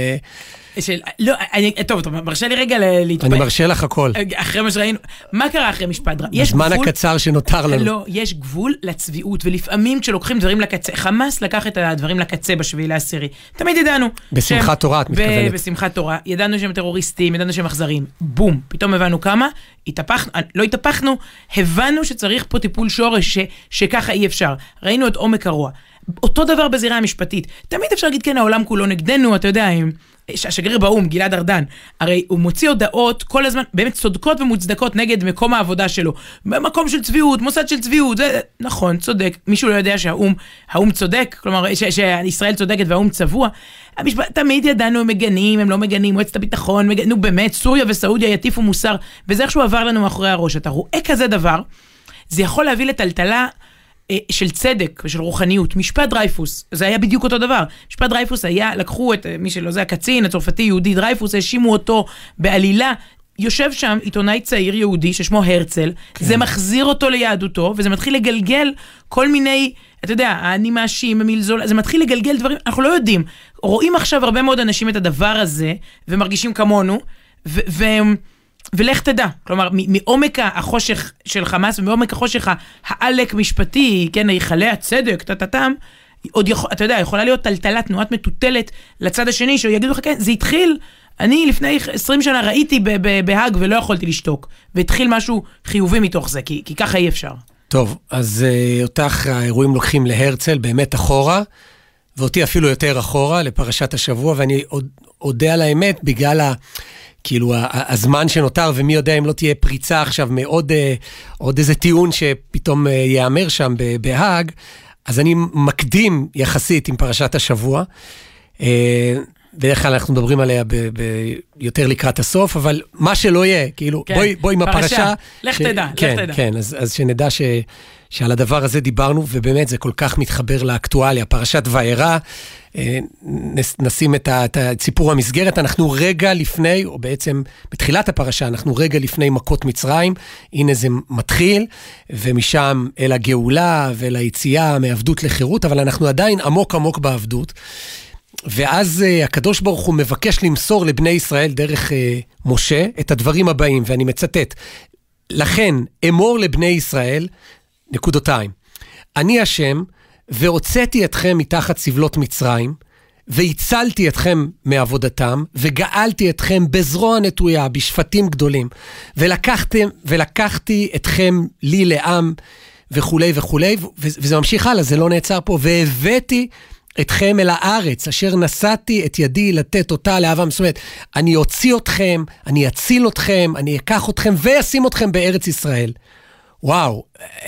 של, לא, אני, טוב, טוב, מרשה לי רגע להתפעל. אני מרשה לך הכל. אחרי מה שראינו, מה קרה אחרי משפט? בזמן הקצר שנותר לנו. לא, יש גבול לצביעות, ולפעמים כשלוקחים דברים לקצה, חמאס לקח את הדברים לקצה בשביעי לעשירי. תמיד ידענו. בשמחת תורה, את מתכוונת. בשמחת תורה. ידענו שהם טרוריסטים, ידענו שהם אכזרים. בום, פתאום הבנו כמה, התהפכנו, לא התהפכנו, הבנו שצריך פה טיפול שורש, שככה אי אפשר. ראינו את עומק הרוע. אותו דבר בזירה המשפטית. תמיד אפשר להגיד, כן, העולם כולו נגדנו, אתה יודע, השגריר באום, גלעד ארדן, הרי הוא מוציא הודעות כל הזמן, באמת צודקות ומוצדקות נגד מקום העבודה שלו. מקום של צביעות, מוסד של צביעות, זה נכון, צודק. מישהו לא יודע שהאום, האום צודק, כלומר, ש- שישראל צודקת והאום צבוע. המשפט, תמיד ידענו, הם מגנים, הם לא מגנים, מועצת הביטחון, מגנים, נו באמת, סוריה וסעודיה יטיפו מוסר, וזה איך שהוא עבר לנו מאחורי הראש. אתה רואה כזה דבר, זה יכול להביא לטלטלה של צדק ושל רוחניות. משפט דרייפוס, זה היה בדיוק אותו דבר. משפט דרייפוס היה, לקחו את מי שלא, זה הקצין, הצרפתי יהודי דרייפוס, האשימו אותו בעלילה. יושב שם עיתונאי צעיר יהודי ששמו הרצל, כן. זה מחזיר אותו ליהדותו, וזה מתחיל לגלגל כל מיני, אתה יודע, אני מאשים, המלזול, זה מתחיל לגלגל דברים, אנחנו לא יודעים. רואים עכשיו הרבה מאוד אנשים את הדבר הזה, ומרגישים כמונו, ו... ו- ולך תדע, כלומר, מעומק החושך של חמאס, ומעומק החושך העלק משפטי, כן, היחלי הצדק, תתתם, עוד יכול, אתה יודע, יכולה להיות טלטלה, תנועת מטוטלת לצד השני, שיגידו לך, כן, זה התחיל, אני לפני עשרים שנה ראיתי בהאג ולא יכולתי לשתוק, והתחיל משהו חיובי מתוך זה, כי, כי ככה אי אפשר. טוב, אז אותך האירועים לוקחים להרצל באמת אחורה, ואותי אפילו יותר אחורה, לפרשת השבוע, ואני אודה על האמת, בגלל ה... כאילו הזמן שנותר, ומי יודע אם לא תהיה פריצה עכשיו מעוד עוד איזה טיעון שפתאום יאמר שם בהאג, אז אני מקדים יחסית עם פרשת השבוע, בדרך כלל אנחנו מדברים עליה ב- ב- יותר לקראת הסוף, אבל מה שלא יהיה, כאילו, כן, בואי, בואי עם הפרשה. לך ש... תדע, כן, לך תדע. כן, אז, אז שנדע ש... שעל הדבר הזה דיברנו, ובאמת זה כל כך מתחבר לאקטואליה. פרשת וארא, נשים את סיפור המסגרת, אנחנו רגע לפני, או בעצם בתחילת הפרשה, אנחנו רגע לפני מכות מצרים, הנה זה מתחיל, ומשם אל הגאולה ואל היציאה מעבדות לחירות, אבל אנחנו עדיין עמוק עמוק בעבדות, ואז uh, הקדוש ברוך הוא מבקש למסור לבני ישראל דרך uh, משה את הדברים הבאים, ואני מצטט, לכן אמור לבני ישראל, נקודותיים, אני השם, והוצאתי אתכם מתחת סבלות מצרים, והצלתי אתכם מעבודתם, וגאלתי אתכם בזרוע נטויה, בשפטים גדולים, ולקחתם, ולקחתי אתכם לי לעם, וכו' וכו', וזה ממשיך הלאה, זה לא נעצר פה, והבאתי אתכם אל הארץ, אשר נשאתי את ידי לתת אותה לאהבה. זאת אומרת, אני אוציא אתכם, אני אציל אתכם, אני אקח אתכם, ואשים אתכם בארץ ישראל. וואו,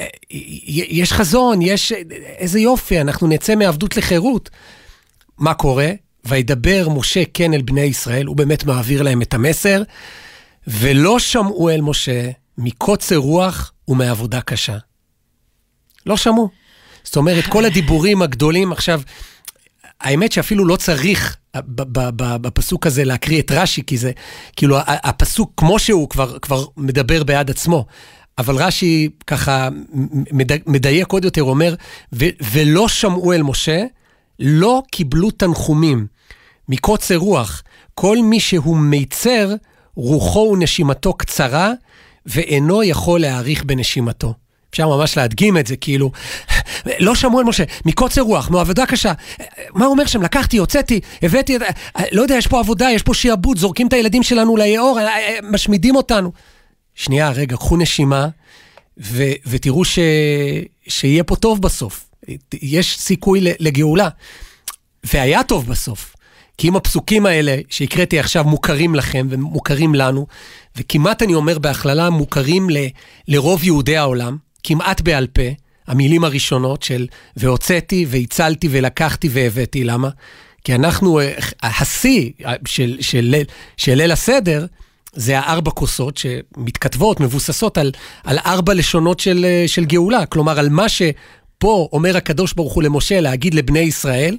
יש חזון, יש איזה יופי, אנחנו נצא מעבדות לחירות. מה קורה? וידבר משה כן אל בני ישראל, הוא באמת מעביר להם את המסר, ולא שמעו אל משה מקוצר רוח ומעבודה קשה. לא שמעו. זאת אומרת, כל הדיבורים הגדולים, עכשיו, האמת שאפילו לא צריך בפסוק הזה להקריא את רש"י, כי זה, כאילו, הפסוק כמו שהוא כבר, כבר מדבר בעד עצמו, אבל רש"י ככה מדייק עוד יותר, אומר, ולא שמעו אל משה, לא קיבלו תנחומים, מקוצר רוח, כל מי שהוא מיצר, רוחו ונשימתו קצרה, ואינו יכול להאריך בנשימתו. אפשר ממש להדגים את זה, כאילו, לא שמעו אל משה, מקוצר רוח, מעבודה קשה, מה הוא אומר שם? לקחתי, הוצאתי, הבאתי, לא יודע, יש פה עבודה, יש פה שיעבוד, זורקים את הילדים שלנו ליאור, משמידים אותנו. שנייה, רגע, קחו נשימה, ו- ותראו ש- שיהיה פה טוב בסוף. יש סיכוי לגאולה. והיה טוב בסוף. כי אם הפסוקים האלה שהקראתי עכשיו מוכרים לכם ומוכרים לנו, וכמעט אני אומר בהכללה מוכרים ל- לרוב יהודי העולם, כמעט בעל פה, המילים הראשונות של והוצאתי והצלתי ולקחתי והבאתי. למה? כי אנחנו, השיא של, של, של ליל הסדר, זה הארבע כוסות שמתכתבות, מבוססות על, על ארבע לשונות של, של גאולה. כלומר, על מה שפה אומר הקדוש ברוך הוא למשה להגיד לבני ישראל,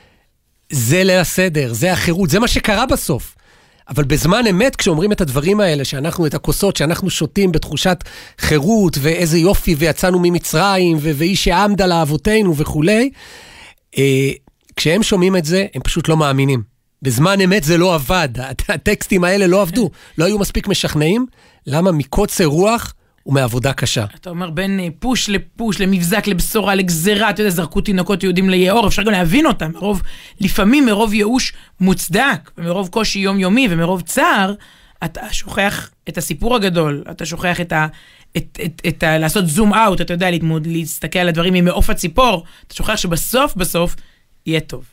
זה ליל הסדר, זה החירות, זה מה שקרה בסוף. אבל בזמן אמת, כשאומרים את הדברים האלה, שאנחנו, את הכוסות, שאנחנו שותים בתחושת חירות, ואיזה יופי, ויצאנו ממצרים, ו- ואיש העמד על אבותינו וכולי, אה, כשהם שומעים את זה, הם פשוט לא מאמינים. בזמן אמת זה לא עבד, הטקסטים האלה לא עבדו, לא היו מספיק משכנעים, למה מקוצר רוח ומעבודה קשה. אתה אומר בין פוש לפוש, למבזק, לבשורה, לגזרה, אתה יודע, זרקו תינוקות יהודים ליאור, אפשר גם להבין אותם, מרוב, לפעמים מרוב ייאוש מוצדק, ומרוב קושי יומיומי, ומרוב צער, אתה שוכח את הסיפור הגדול, אתה שוכח את ה... את, את, את ה לעשות זום אאוט, אתה יודע, להתמוד, להסתכל על הדברים ממעוף הציפור, אתה שוכח שבסוף, בסוף, יהיה טוב.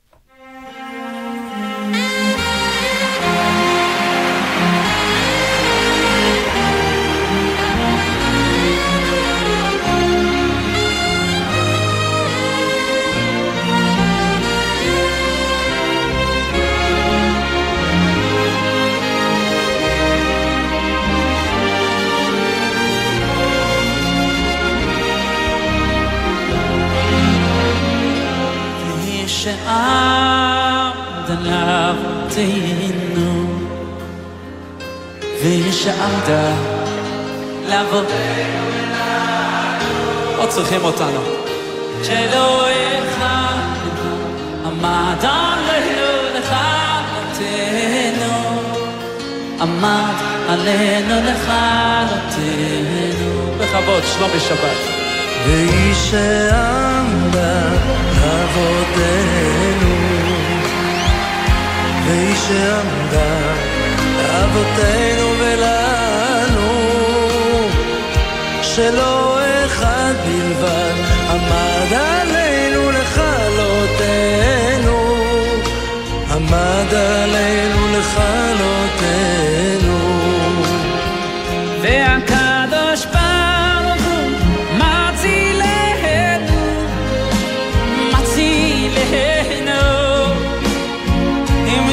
שעמד עליו תהינו ושעמדה לעבודנו עוד צריכים אותנו שלא אחד עמד עלינו לכלותנו עמד עלינו לכלותנו בכבוד שלומי שבת והיא שעמדה אבותינו והיא שעמדה אבותינו ולנו שלא אחד בלבד עמד עלינו לכלותנו עמד עלינו לכלותנו והקדוש ברוך הוא מצילנו מצילנו עם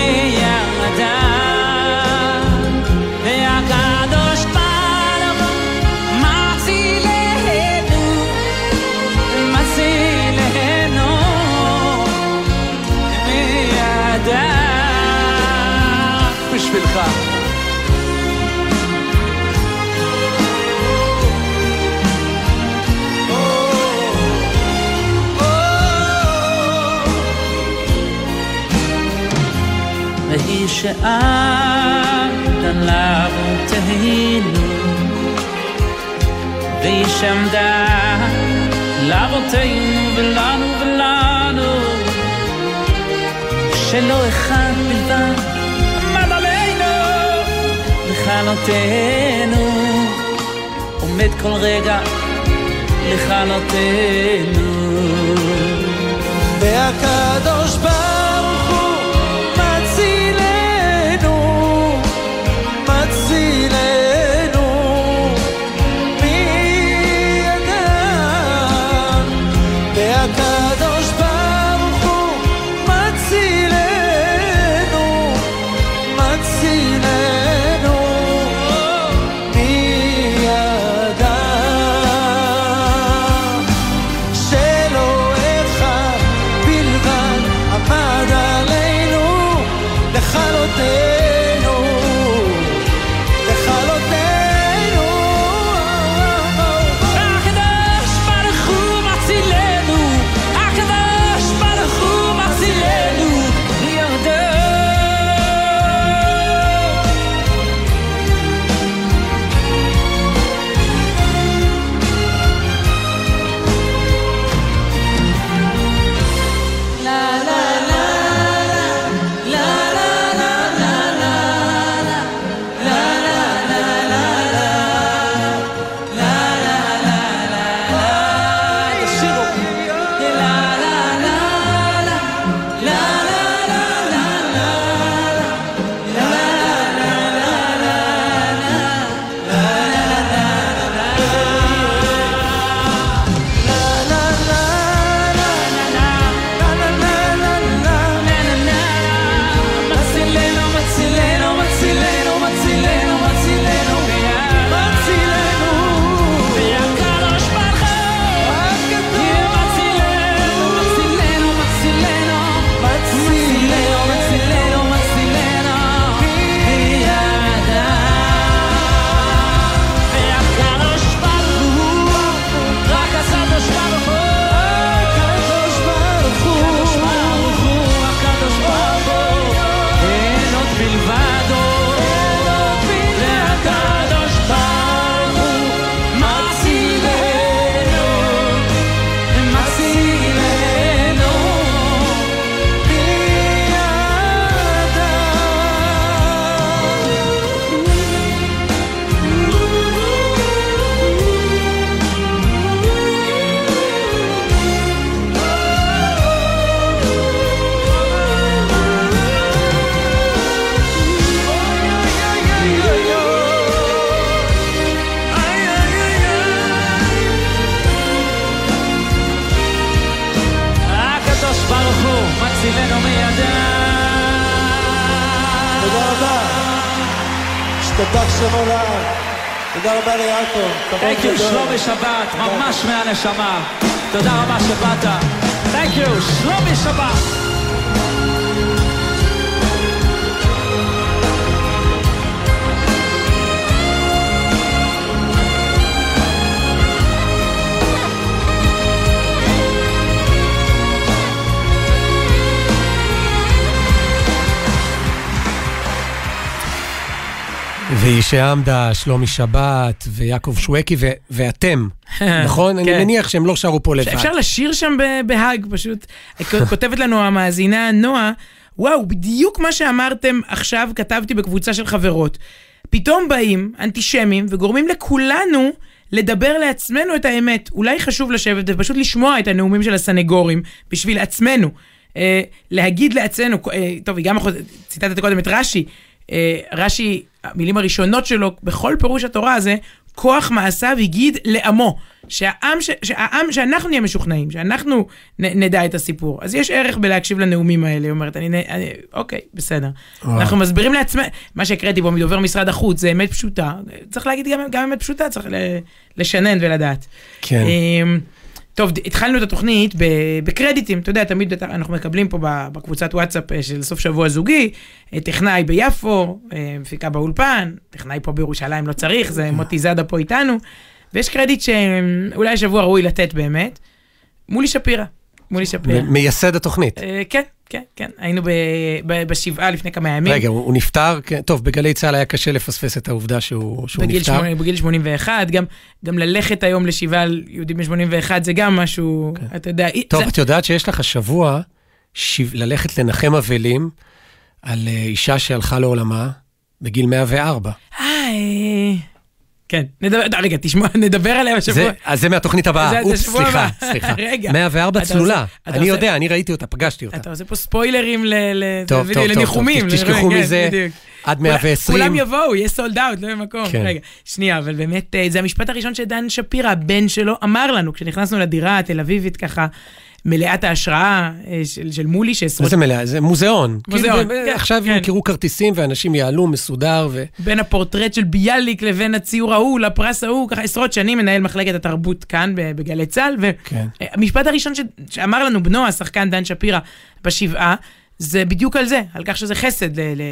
ידיו והקדוש ברוך הוא מצילנו מצילנו עם ידיו בשבילך והיא שעמד עליו תהינו והיא שעמדה לאבותינו ולנו ולנו שלא אחד בלבד עמד עלינו לכלותנו עומד כל רגע לכלותנו והקדוש ברוך הוא מצילנו תודה שמולה. תודה רבה ליעקב. Thank you, שלומי שבת, ממש מהנשמה. תודה רבה שבאת. Thank you, שלומי שבת. וישי עמדה, שלומי שבת, ויעקב שווקי, ו- ואתם, נכון? אני מניח שהם לא שרו פה לבד. אפשר לשיר שם בהאג, פשוט. כותבת לנו המאזינה נועה, וואו, בדיוק מה שאמרתם עכשיו כתבתי בקבוצה של חברות. פתאום באים אנטישמים וגורמים לכולנו לדבר לעצמנו את האמת. אולי חשוב לשבת ופשוט לשמוע את הנאומים של הסנגורים בשביל עצמנו. אה, להגיד לעצמנו, אה, טוב, היא גם ציטטת קודם את רש"י, רש"י, המילים הראשונות שלו בכל פירוש התורה הזה, כוח מעשיו הגיד לעמו, שהעם, ש, שהעם, שאנחנו נהיה משוכנעים, שאנחנו נ, נדע את הסיפור. אז יש ערך בלהקשיב לנאומים האלה, היא אומרת, אני, אני, אוקיי, בסדר. וואו. אנחנו מסבירים לעצמם, מה שהקראתי בו מדובר משרד החוץ, זה אמת פשוטה, צריך להגיד גם, גם אמת פשוטה, צריך לשנן ולדעת. כן. טוב, התחלנו את התוכנית בקרדיטים, אתה יודע, תמיד אנחנו מקבלים פה בקבוצת וואטסאפ של סוף שבוע זוגי, טכנאי ביפו, מפיקה באולפן, טכנאי פה בירושלים לא צריך, זה מוטי זאדה פה איתנו, ויש קרדיט שאולי השבוע ראוי לתת באמת, מולי שפירה, מולי שפירה. מייסד התוכנית. כן, כן, כן, היינו בשבעה לפני כמה ימים. רגע, הוא נפטר, טוב, בגלי צהל היה קשה לפספס את העובדה שהוא נפטר. בגיל שמונים ואחת, גם ללכת היום לשבעה על יהודים ב-שמונים ואחת, זה גם משהו, אתה יודע. טוב, את יודעת שיש לך שבוע ללכת לנחם אבלים על אישה שהלכה לעולמה בגיל מאה וארבע. אה, כן, נדבר, רגע, תשמע, נדבר עליה בשבוע. אז זה מהתוכנית הבאה, אופס, סליחה, סליחה. מאה וארבע צלולה, אני יודע, אני ראיתי אותה, פגשתי אותה. אתה עושה פה ספוילרים לניחומים. תשכחו מזה, עד מאה ועשרים. כולם יבואו, יהיה סולד אאוט, לא במקום. רגע, שנייה, אבל באמת, זה המשפט הראשון שדן שפירה, הבן שלו, אמר לנו, כשנכנסנו לדירה התל אביבית ככה, מלאת ההשראה של, של מולי, שעשרות... זה מלאה, זה מוזיאון. מוזיאון. כאילו, כן, עכשיו כן. ימכרו כרטיסים, ואנשים יעלו מסודר ו... בין הפורטרט של ביאליק לבין הציור ההוא, לפרס ההוא, ככה עשרות שנים מנהל מחלקת התרבות כאן, בגלי צהל, והמשפט כן. הראשון ש... שאמר לנו בנו, השחקן דן שפירה, בשבעה, זה בדיוק על זה, על כך שזה חסד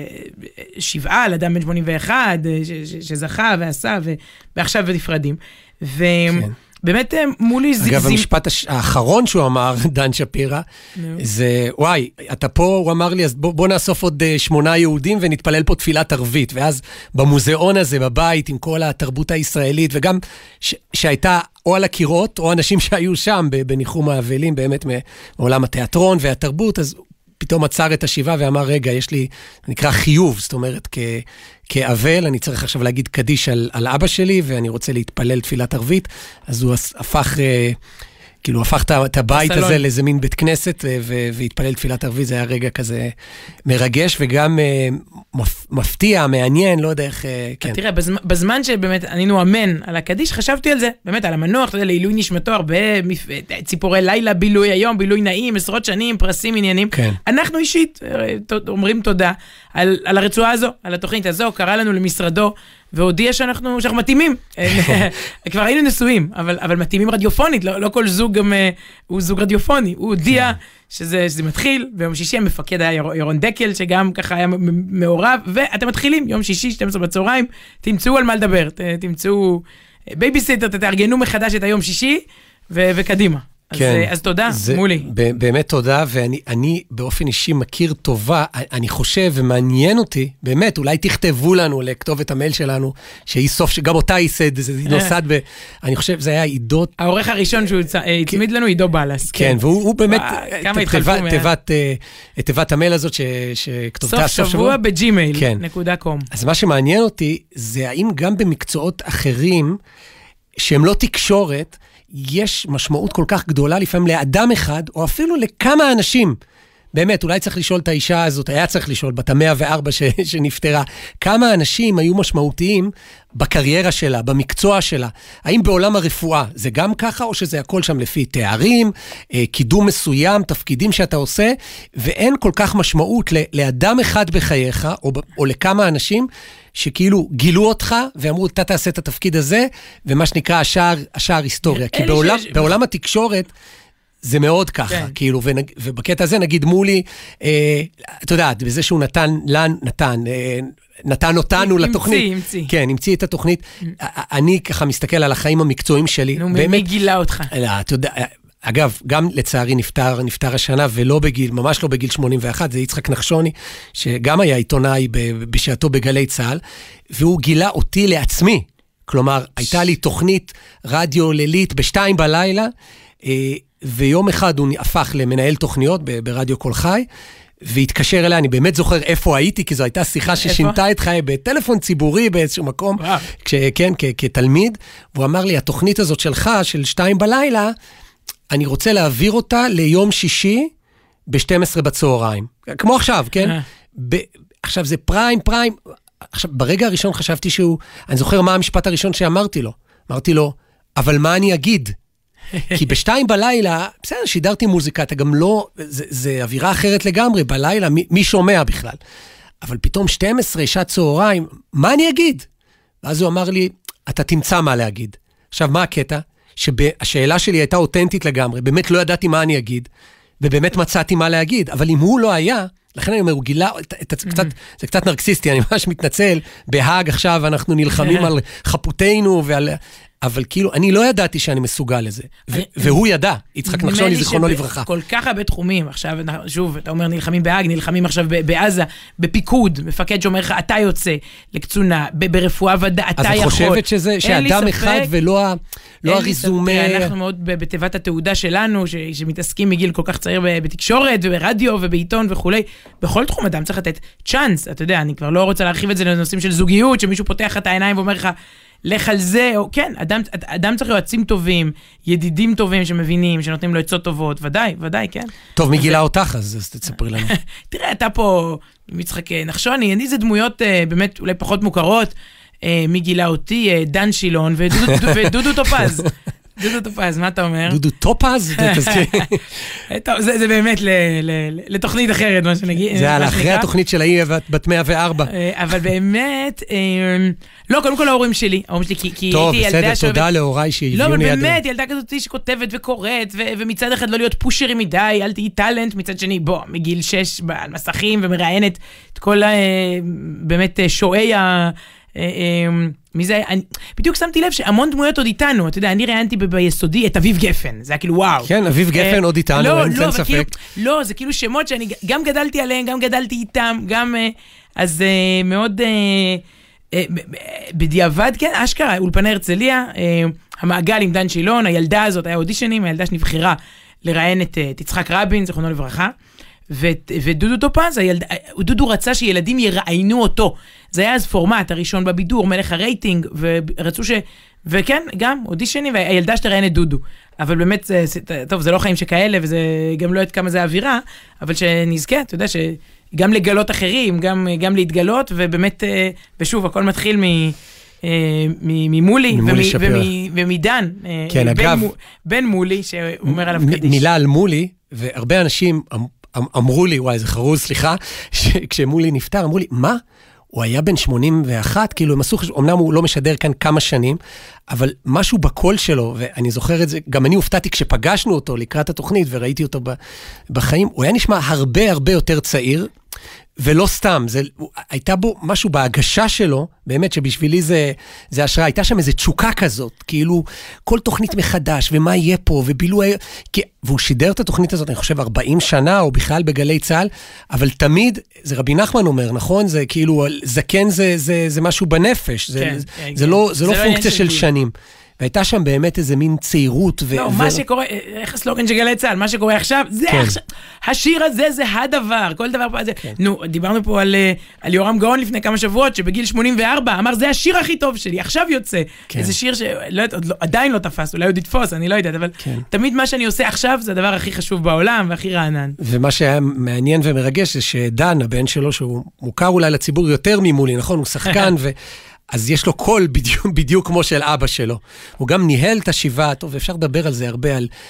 לשבעה, על אדם בן שמונים ואחת, ש... ש... שזכה ועשה, ו... ועכשיו ונפרדים. ו... כן. באמת מולי זיזים... אגב, המשפט האחרון שהוא אמר, דן שפירה, זה, וואי, אתה פה, הוא אמר לי, אז בוא, בוא נאסוף עוד שמונה יהודים ונתפלל פה תפילת ערבית, ואז במוזיאון הזה, בבית, עם כל התרבות הישראלית, וגם ש- שהייתה או על הקירות, או אנשים שהיו שם בניחום האבלים, באמת מעולם התיאטרון והתרבות, אז פתאום עצר את השבעה ואמר, רגע, יש לי, נקרא חיוב, זאת אומרת, כ... כאבל, אני צריך עכשיו להגיד קדיש על, על אבא שלי, ואני רוצה להתפלל תפילת ערבית, אז הוא הפך, כאילו, הפך את הבית הסלון. הזה לאיזה מין בית כנסת, והתפלל תפילת ערבית, זה היה רגע כזה מרגש, וגם מפתיע, מעניין, לא יודע איך, כן. תראה, בזמן, בזמן שבאמת ענינו אמן על הקדיש, חשבתי על זה, באמת, על המנוח, אתה יודע, לעילוי נשמתו, הרבה ציפורי לילה, בילוי היום, בילוי נעים, עשרות שנים, פרסים, עניינים. כן. אנחנו אישית אומרים תודה על, על הרצועה הזו, על התוכנית הזו, קרא לנו למשרדו, והודיע שאנחנו, שאנחנו מתאימים. כבר היינו נשואים, אבל, אבל מתאימים רדיופונית, לא, לא כל זוג גם הוא זוג רדיופוני. הוא הודיע שזה, שזה מתחיל, ויום שישי המפקד היה ירון דקל, שגם ככה היה מעורב, ואתם מתחילים, יום שישי, שתים עשרה בצהריים, תמצאו על מה לדבר, תמצאו בייביסיטר, תארגנו מחדש את היום שישי, ו- וקדימה. כן, אז, אז תודה, זה, מולי. באמת תודה, ואני אני באופן אישי מכיר טובה, אני חושב ומעניין אותי, באמת, אולי תכתבו לנו לכתובת המייל שלנו, שהיא סוף, שגם אותה ייסד, זה נוסד ב... אני חושב, זה היה עידו... העורך הראשון שהוא הצמיד לנו, עידו בלס. כן, והוא באמת, את תיבת המייל הזאת שכתובתה סוף שבוע בג'ימייל, נקודה קום. אז מה שמעניין אותי, זה האם גם במקצועות אחרים, שהם לא תקשורת, יש משמעות כל כך גדולה לפעמים לאדם אחד, או אפילו לכמה אנשים. באמת, אולי צריך לשאול את האישה הזאת, היה צריך לשאול, בת המאה וארבע ש, שנפטרה, כמה אנשים היו משמעותיים בקריירה שלה, במקצוע שלה. האם בעולם הרפואה זה גם ככה, או שזה הכל שם לפי תארים, קידום מסוים, תפקידים שאתה עושה, ואין כל כך משמעות לאדם אחד בחייך, או, או לכמה אנשים, שכאילו גילו אותך, ואמרו, אתה תעשה את התפקיד הזה, ומה שנקרא השער, השער היסטוריה. כי בעולם, בעולם התקשורת, זה מאוד ככה, כאילו, ובקטע הזה נגיד מולי, אתה יודעת, בזה שהוא נתן, נתן, נתן אותנו לתוכנית. המציא, המציא. כן, המציא את התוכנית. אני ככה מסתכל על החיים המקצועיים שלי. נו, מי גילה אותך? לא, אתה יודע, אגב, גם לצערי נפטר, נפטר השנה, ולא בגיל, ממש לא בגיל שמונים ואחת, זה יצחק נחשוני, שגם היה עיתונאי בשעתו בגלי צהל, והוא גילה אותי לעצמי. כלומר, הייתה לי תוכנית רדיו לילית בשתיים בלילה, ויום אחד הוא הפך למנהל תוכניות ברדיו כל חי, והתקשר אליה, אני באמת זוכר איפה הייתי, כי זו הייתה שיחה ששינתה את חיי בטלפון ציבורי באיזשהו מקום, כן, כתלמיד, והוא אמר לי, התוכנית הזאת שלך, של שתיים בלילה, אני רוצה להעביר אותה ליום שישי, ב-שתים עשרה בצהריים. כמו עכשיו, כן? עכשיו זה פריים, פריים, עכשיו, ברגע הראשון חשבתי שהוא, אני זוכר מה המשפט הראשון שאמרתי לו, אמרתי לו, אבל מה אני אגיד? כי בשתיים בלילה, בסדר, שידרתי מוזיקה, אתה גם לא, זה, זה אווירה אחרת לגמרי, בלילה, מי, מי שומע בכלל? אבל פתאום שתים עשרה, שעת צהריים, מה אני אגיד? ואז הוא אמר לי, אתה תמצא מה להגיד. עכשיו, מה הקטע? שהשאלה שלי הייתה אותנטית לגמרי, באמת לא ידעתי מה אני אגיד, ובאמת מצאתי מה להגיד, אבל אם הוא לא היה, לכן אני אומר, הוא גילה, קצת, זה קצת נרקסיסטי, אני ממש מתנצל, בהאג עכשיו אנחנו נלחמים על חפותינו ועל... אבל כאילו, אני לא ידעתי שאני מסוגל לזה. והוא ידע, יצחק נחשוני, זיכרונו לברכה. כל כך הרבה תחומים, עכשיו, שוב, אתה אומר, נלחמים בהאג, נלחמים עכשיו בעזה, בפיקוד, מפקד שאומר לך, אתה יוצא לקצונה, ברפואה ודא, אתה יכול. אז את חושבת שזה, שאדם אחד ולא הריזומה... אנחנו מאוד בתיבת התעודה שלנו, שמתעסקים מגיל כל כך צעיר בתקשורת, וברדיו, ובעיתון וכולי. בכל תחום אדם צריך לתת צ'אנס, אתה יודע, אני כבר לא רוצה להרחיב את זה לנושאים של זוגיות, שמישהו פותח את העיניים ואומר לך, לך על זה, או כן, אדם, אדם צריך יועצים טובים, ידידים טובים שמבינים, שנותנים לו עצות טובות, ודאי, ודאי, כן. טוב, מי גילה אותך, אז תספרי לנו. תראה, אתה פה, מצחק נחשוני, אני זה דמויות באמת אולי פחות מוכרות, מי גילה אותי, דן שילון ודודו טופז. דודו טופז, מה אתה אומר? דודו טופז? טוב, זה באמת לתוכנית אחרת, מה שנגיד. זה על אחרי התוכנית של האי בת מאה וארבע. אבל באמת, לא, קודם כל ההורים שלי, ההורים שלי, כי הייתי ילדה... טוב, בסדר, תודה להוריי שהביאו ליד... לא, אבל באמת, ילדה כזאת שכותבת וקוראת, ומצד אחד לא להיות פושרי מדי, אל תהי טלנט, מצד שני, בוא, מגיל שש, על מסכים, ומראיינת את כל באמת שועי ה... מי זה, אני, בדיוק שמתי לב שהמון דמויות עוד איתנו, אתה יודע, אני ראיינתי ביסודי את אביב גפן, זה היה כאילו וואו. כן, אביב גפן עוד איתנו, לא, אין לא, ספק. כאילו, לא, זה כאילו שמות שאני גם גדלתי עליהם, גם גדלתי איתם, גם, אז מאוד, בדיעבד, כן, אשכרה, אולפני הרצליה, המעגל עם דן שילון, הילדה הזאת, היה אודישנים, הילדה שנבחרה לראיין את יצחק רבין, זכרונו לברכה, ודודו טופז, דודו רצה שילדים יראיינו אותו. זה היה אז פורמט הראשון בבידור, מלך הרייטינג, ורצו ש... וכן, גם אודישנים, והילדה שתראיין את דודו. אבל באמת, טוב, זה לא חיים שכאלה, וזה גם לא יודעת כמה זה האווירה, אבל שנזכה, אתה יודע, שגם לגלות אחרים, גם, גם להתגלות, ובאמת, ושוב, הכל מתחיל מ... ממולי ומדן, בן מולי, שאומר עליו קדיש. מילה על מולי, והרבה אנשים אמרו לי, וואי, זה חרוז, סליחה, כשמולי נפטר, אמרו לי, מה? הוא היה בן שמונים ואחת, כאילו הם עשו, אמנם הוא לא משדר כאן כמה שנים, אבל משהו בקול שלו, ואני זוכר את זה, גם אני הופתעתי כשפגשנו אותו לקראת התוכנית, וראיתי אותו בחיים, הוא היה נשמע הרבה הרבה יותר צעיר, ולא סתם, זה, הייתה בו משהו בהגשה שלו, באמת שבשבילי זה, זה השראה, הייתה שם איזו תשוקה כזאת, כאילו כל תוכנית מחדש, ומה יהיה פה, ובילוי, כי, והוא שידר את התוכנית הזאת, אני חושב, ארבעים שנה, או בכלל בגלי צהל, אבל תמיד, זה רבי נחמן אומר, נכון? זה כאילו, זקן זה, זה, זה משהו בנפש, זה, כן, זה, כן, זה, כן. לא, זה, זה לא פונקציה של שנים. והייתה שם באמת איזה מין צעירות. לא, ו- מה ו- שקורה, איך הסלוגן של גלי צהל, מה שקורה עכשיו, זה כן. עכשיו, השיר הזה זה הדבר, כל דבר פה, זה, כן. נו, דיברנו פה על, על יורם גאון לפני כמה שבועות, שבגיל שמונים וארבע אמר, זה השיר הכי טוב שלי, עכשיו יוצא. כן. איזה שיר שעדיין לא תפס, אולי עוד יתפוס, אני לא יודעת, אבל כן. תמיד מה שאני עושה עכשיו, זה הדבר הכי חשוב בעולם, והכי רענן. ומה שהיה מעניין ומרגש, זה שדן, הבן שלו, שהוא מוכר אולי לציבור יותר ממולי, נכון? הוא שחקן ו... אז יש לו קול בדיוק, בדיוק כמו של אבא שלו. הוא גם ניהל את השיבה, טוב, אפשר לדבר על זה הרבה, על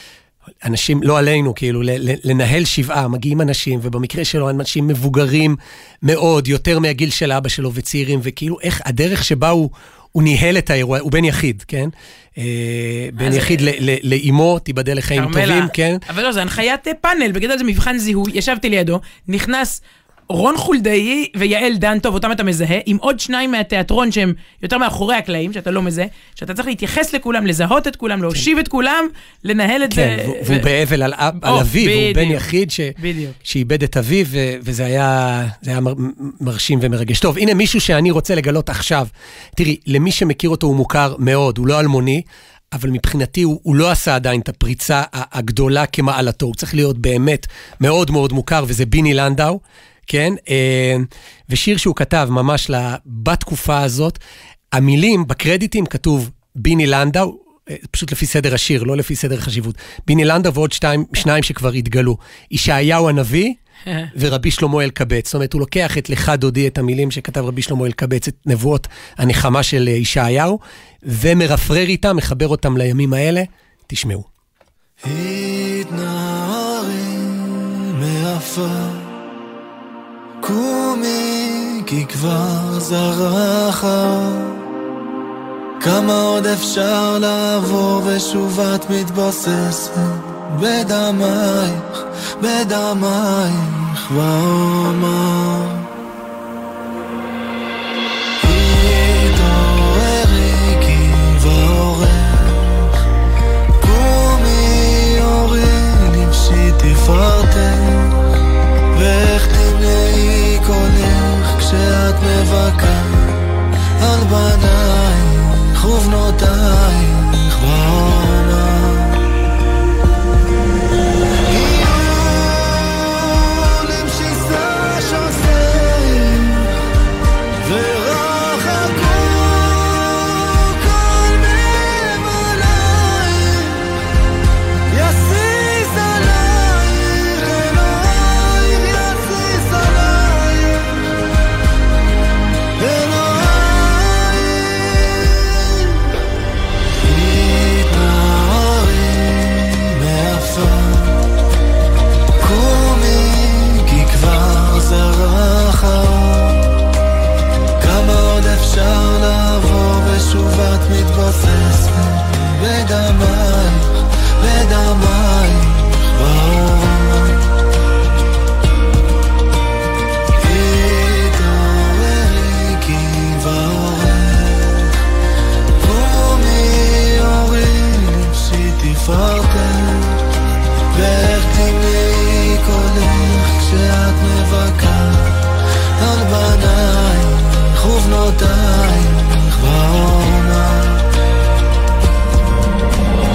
אנשים, לא עלינו, כאילו, לנהל שבעה, מגיעים אנשים, ובמקרה שלו, אנשים מבוגרים מאוד, יותר מהגיל של אבא שלו וצעירים, וכאילו, איך הדרך שבה הוא, הוא ניהל את האירוע, הוא בן יחיד, כן? בן יחיד לאימו, תיבדל לחיים טובים, כן? אבל לא, זה הנחיית פאנל, בגלל זה מבחן זיהוי, ישבתי לידו, נכנס רון חולדאי ויעל דן, טוב, אותם אתה מזהה, עם עוד שניים מהתיאטרון שהם יותר מאחורי הקלעים, שאתה לא מזהה, שאתה צריך להתייחס לכולם, לזהות את כולם, להושיב את כולם, לנהל את זה. כן, והוא באבל על אביו, הוא בן יחיד שאיבד את אביו, וזה היה מרשים ומרגש. טוב, הנה מישהו שאני רוצה לגלות עכשיו. תראי, למי שמכיר אותו הוא מוכר מאוד, הוא לא אלמוני, אבל מבחינתי הוא, הוא לא עשה עדיין את הפריצה הגדולה כמעלתו, הוא צריך להיות באמת מאוד מאוד מוכר, וזה ביני לנדאו. כן, ושיר שהוא כתב ממש בתקופה הזאת, המילים בקרדיטים כתוב ביני לנדאו, פשוט לפי סדר השיר, לא לפי סדר חשיבות, ביני לנדאו ועוד שתיים, שניים שכבר התגלו, ישעיהו הנביא ורבי שלמה אלקבץ, זאת אומרת הוא לוקח את לך דודי את המילים שכתב רבי שלמה אלקבץ, את נבואות הנחמה של ישעיהו, ומרפרר איתם, מחבר אותם לימים האלה, תשמעו. התנערים מעפר קומי כי כבר זרח כמה עוד אפשר לעבור ושוב את מתבוססת בדמייך, בדמייך ואומר התעוררי כי ועורך קומי אורי נפשי תפארתך ואיך תמנעי קולך כשאת מבכה על בנייך ובנותייך בעונה יהיו למשיסה שוסך ורחקו כל ממלייך יסיס עלייך אלוהיך יסיס עלייך אפשר לעבור ושוב את מתבוססת בדמייך, בדמייך בעורמה התעוררי כי בעורך קומי אורי נפשי תפארתך ואיך תמנעי קולך כשאת מבכה על בנייך ובנותייך בעונה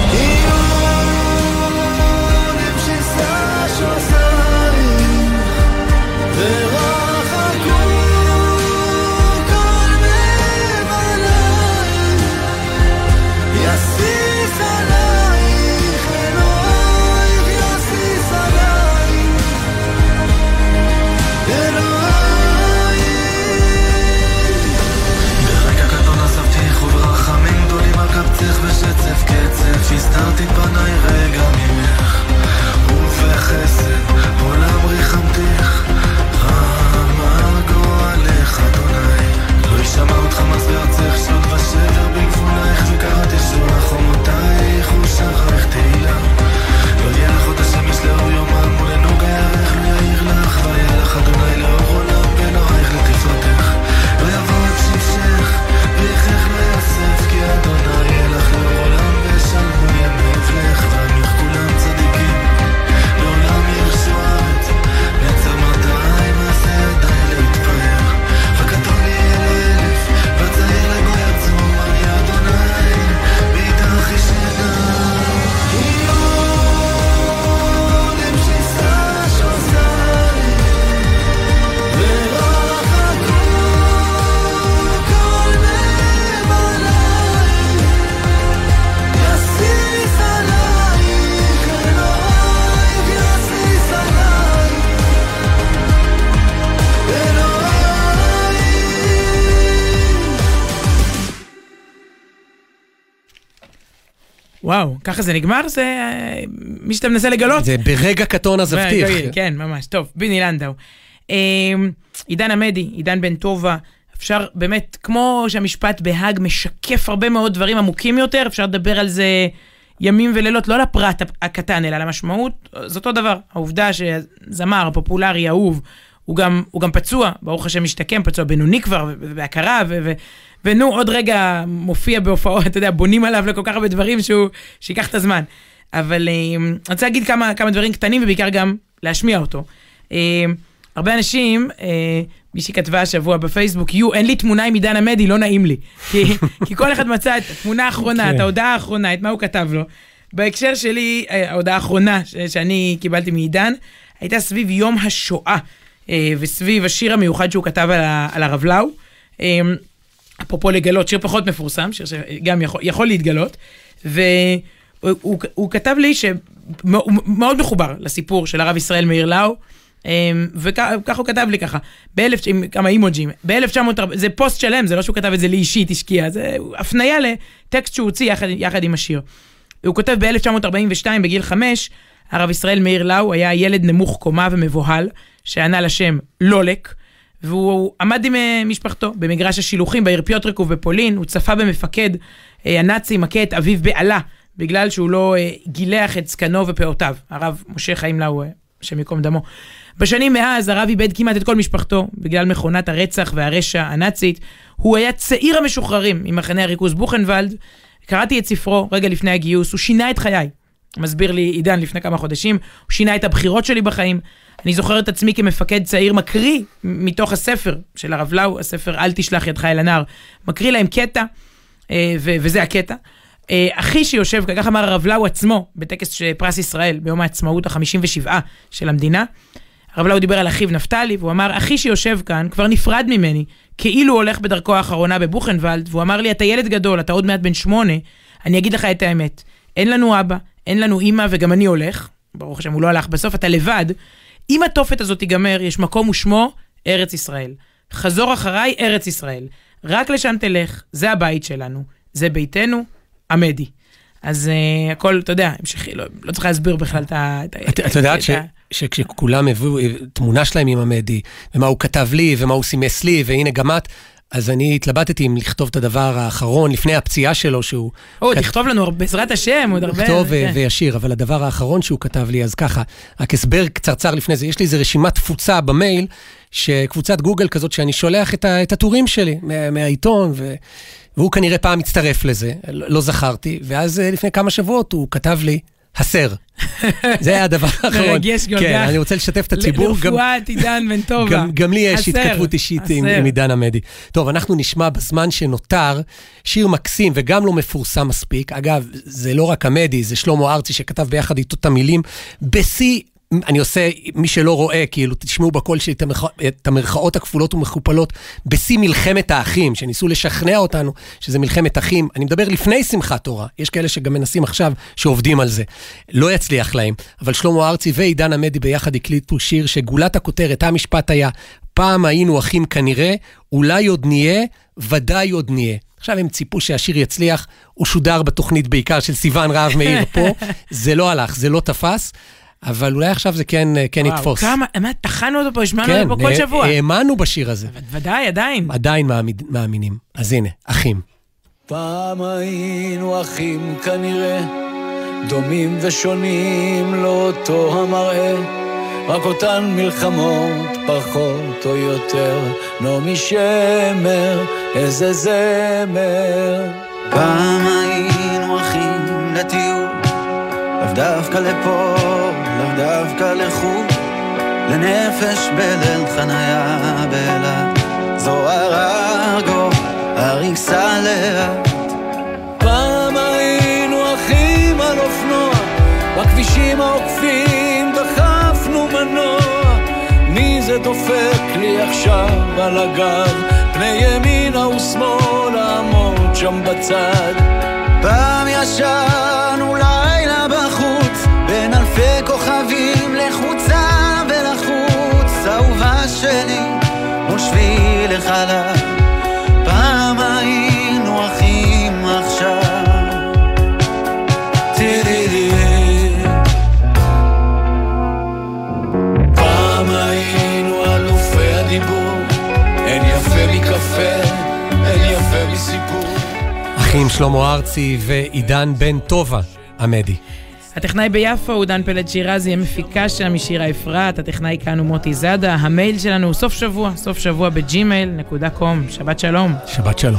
וואו, ככה זה נגמר? זה מי שאתה מנסה לגלות? זה ברגע קטון אז הבטיח. כן, ממש. טוב, ביני לנדאו. עידן עמדי, עידן בן טובה, אפשר באמת, כמו שהמשפט בהאג משקף הרבה מאוד דברים עמוקים יותר, אפשר לדבר על זה ימים ולילות, לא לפרט הקטן, אלא למשמעות, זה אותו דבר. העובדה שזמר, פופולרי, אהוב, הוא גם, הוא גם פצוע, ברוך השם משתקם, פצוע בינוני כבר, בהכרה, ו... ו ונו, עוד רגע מופיע בהופעות, אתה יודע, בונים עליו לכל כך הרבה דברים שהוא, שיקח את הזמן. אבל אני רוצה להגיד כמה, כמה דברים קטנים, ובעיקר גם להשמיע אותו. הרבה אנשים, מי שכתבה השבוע בפייסבוק, יו, אין לי תמונה עם עידן עמדי, לא נעים לי. כי, כי כל אחד מצא את התמונה האחרונה, את ההודעה האחרונה, את מה הוא כתב לו. בהקשר שלי, ההודעה האחרונה שאני קיבלתי מעידן, הייתה סביב יום השואה, וסביב השיר המיוחד שהוא כתב על, על הרב לאו. אפרופו לגלות, שיר פחות מפורסם, שיר שגם יכול, יכול להתגלות, והוא הוא כתב לי שמאוד מחובר לסיפור של הרב ישראל מאיר לאו, וכך הוא כתב לי ככה, באלף, עם כמה אימוג'ים, ב-אלף תשע מאות, זה פוסט שלם, זה לא שהוא כתב את זה לי אישית, השקיע, זה הפניה לטקסט שהוא הוציא יחד, יחד עם השיר. הוא כותב ב-אלף תשע מאות ארבעים ושתיים, בגיל חמש, הרב ישראל מאיר לאו היה ילד נמוך קומה ומבוהל, שענה לשם לולק, והוא עמד עם משפחתו במגרש השילוחים בעיר פיוטרקוב בפולין, הוא צפה במפקד הנאצי מכה את אביו בעלה, בגלל שהוא לא גילח את זקנו ופאותיו, הרב משה חיים לאו, השם יקום דמו. בשנים מאז הרב איבד כמעט את כל משפחתו, בגלל מכונת הרצח והרשע הנאצית, הוא היה צעיר המשוחררים ממחנה הריכוז בוכנוולד, קראתי את ספרו רגע לפני הגיוס, הוא שינה את חיי, מסביר לי עידן לפני כמה חודשים, הוא שינה את הבחירות שלי בחיים, אני זוכר את עצמי כמפקד צעיר מקריא מתוך הספר של הרב לאו, הספר אל תשלח ידך אל הנער, מקריא להם קטע, וזה הקטע. אחי שיושב, כך אמר הרב לאו עצמו, בטקס פרס ישראל, ביום העצמאות ה-חמישים ושבע של המדינה, הרב לאו דיבר על אחיו נפתלי, והוא אמר, אחי שיושב כאן כבר נפרד ממני, כאילו הולך בדרכו האחרונה בבוכנוולד, והוא אמר לי, אתה ילד גדול, אתה עוד מעט בן שמונה, אני אגיד לך את האמת, אין לנו אבא, אין לנו אמא, וגם אני הולך, ברוך השם, הוא לא הלך בסוף, אתה לבד, אם התופת הזאת תיגמר, יש מקום ושמו ארץ ישראל. חזור אחריי ארץ ישראל. רק לשם תלך, זה הבית שלנו, זה ביתנו, עמדי. אז uh, הכל, אתה יודע, המשכי, לא, לא צריך להסביר בכלל את ה... את יודעת שכשכולם הביאו תמונה שלהם עם עמדי, ומה הוא כתב לי, ומה הוא סימס לי, והנה גם את, אז אני התלבטתי אם לכתוב את הדבר האחרון, לפני הפציעה שלו, שהוא... או, תכתוב לנו בעזרת השם, עוד הרבה... לכתוב וישיר, אבל הדבר האחרון שהוא כתב לי, אז ככה, רק הסבר קצרצר לפני זה, יש לי איזו רשימת תפוצה במייל, שקבוצת גוגל כזאת, שאני שולח את הטורים שלי, מהעיתון, והוא כנראה פעם מצטרף לזה, לא זכרתי, ואז לפני כמה שבועות הוא כתב לי, הסר. זה היה הדבר האחרון. מרגש גולגח. כן, אני רוצה לשתף את הציבור. לרפואת עידן בן טובה. גם לי יש התכתבות אישית עם עידן עמדי. טוב, אנחנו נשמע בזמן שנותר שיר מקסים וגם לא מפורסם מספיק. אגב, זה לא רק עמדי, זה שלמה ארצי שכתב ביחד איתו את המילים. בשיא, אני עושה, מי שלא רואה, כאילו, תשמעו בקול שלי את המרכאות הכפולות ומכופלות, בשיא מלחמת האחים, שניסו לשכנע אותנו שזה מלחמת אחים. אני מדבר לפני שמחת תורה. יש כאלה שגם מנסים עכשיו שעובדים על זה. לא יצליח להם. אבל שלמה ארצי ועידן עמדי ביחד הקליטו שיר שגולת הכותרת, המשפט היה, פעם היינו אחים כנראה, אולי עוד נהיה, ודאי עוד נהיה. עכשיו הם ציפו שהשיר יצליח, הוא שודר בתוכנית בעיקר של סיוון רהב מאיר פה. זה לא הלך, זה לא תפס. אבל אולי עכשיו זה כן, כן יתפוס. וואו, כמה, תחנו אותו פה, השמענו אותו פה כל שבוע. האמנו בשיר הזה. ודאי, עדיין. עדיין מאמינים. אז הנה, אחים. פעם היינו אחים כנראה, דומים ושונים לאותו המראה, רק אותן מלחמות פחות או יותר, נעמי שמר, איזה זמר. פעם היינו אחים לטיול, לאו דווקא לפה, לאו דווקא לחו"ל, לנפש בליל חניה באילת, זוהר ארגו, הריסה לאט. פעם היינו אחים על אופנוע, בכבישים העוקפים דחפנו מנוע, מי זה דופק לי עכשיו על הגב, פני ימינה ושמאל לעמוד שם בצד. פעם ישנו לילה בחוץ, בין אלפי כוכבים לחוצה ולחוץ, אהובה שלי ושבי לחלל, פעם היינו אחים עכשיו. הטכנאים שלמה ארצי ועידן בן טובה עמדי. הטכנאי ביפו הוא דן פלד שירזי, המפיקה שם משירה אפרת, הטכנאי כאן הוא מוטי זאדה, המייל שלנו הוא סוף שבוע, סוף שבוע בג'ימייל נקודה קום. שבת שלום. שבת שלום.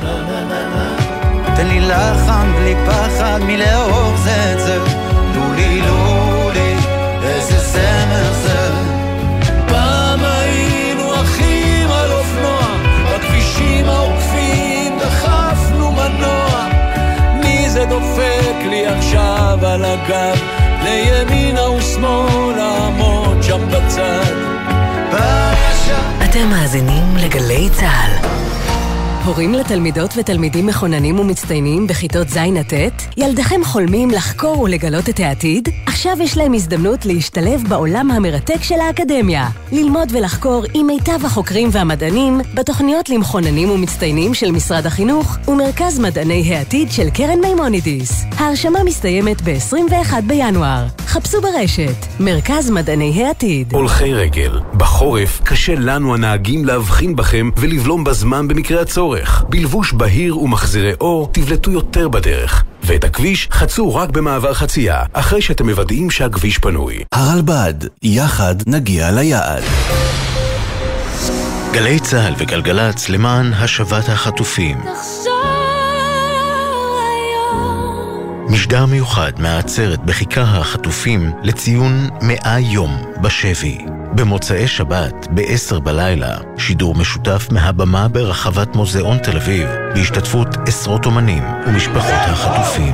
תן לי לחם בלי פחד מלאהוב זה את זה, לולי לולי, איזה זמר זה. פעם היינו אחים על אופנוע, בכבישים העוקפים דחפנו מנוע, מי זה דופק לי עכשיו על הגב, לימינה ושמאל עמוד שם בצד. אתם מאזינים לגלי צהל. הורים לתלמידות ותלמידים מכוננים ומצטיינים בכיתות זין עד ט', ילדיכם חולמים לחקור ולגלות את העתיד? עכשיו יש להם הזדמנות להשתלב בעולם המרתק של האקדמיה. ללמוד ולחקור עם מיטב החוקרים והמדענים בתוכניות למכוננים ומצטיינים של משרד החינוך ומרכז מדעני העתיד של קרן מימונידיס. ההרשמה מסתיימת ב-עשרים ואחד בינואר. חפשו ברשת, מרכז מדעני העתיד. הולכי רגל. בחורף קשה לנו הנהגים להבחין בכם ולבלום בזמן במקרה הצורך. בלבוש בהיר ומחזירי אור תבלטו יותר בדרך. ואת הכביש חצו רק במעבר חצייה, אחרי שאתם מוודאים שהכביש פנוי. הרלב"ד, יחד נגיע ליעד. גלי צהל וגלגלץ למען השבת החטופים. משדר מיוחד מהעצרת בכיכר החטופים לציון מאה יום בשבי. במוצאי שבת, בעשר בלילה, שידור משותף מהבמה ברחבת מוזיאון תל אביב, בהשתתפות עשרות אומנים ומשפחות החטופים.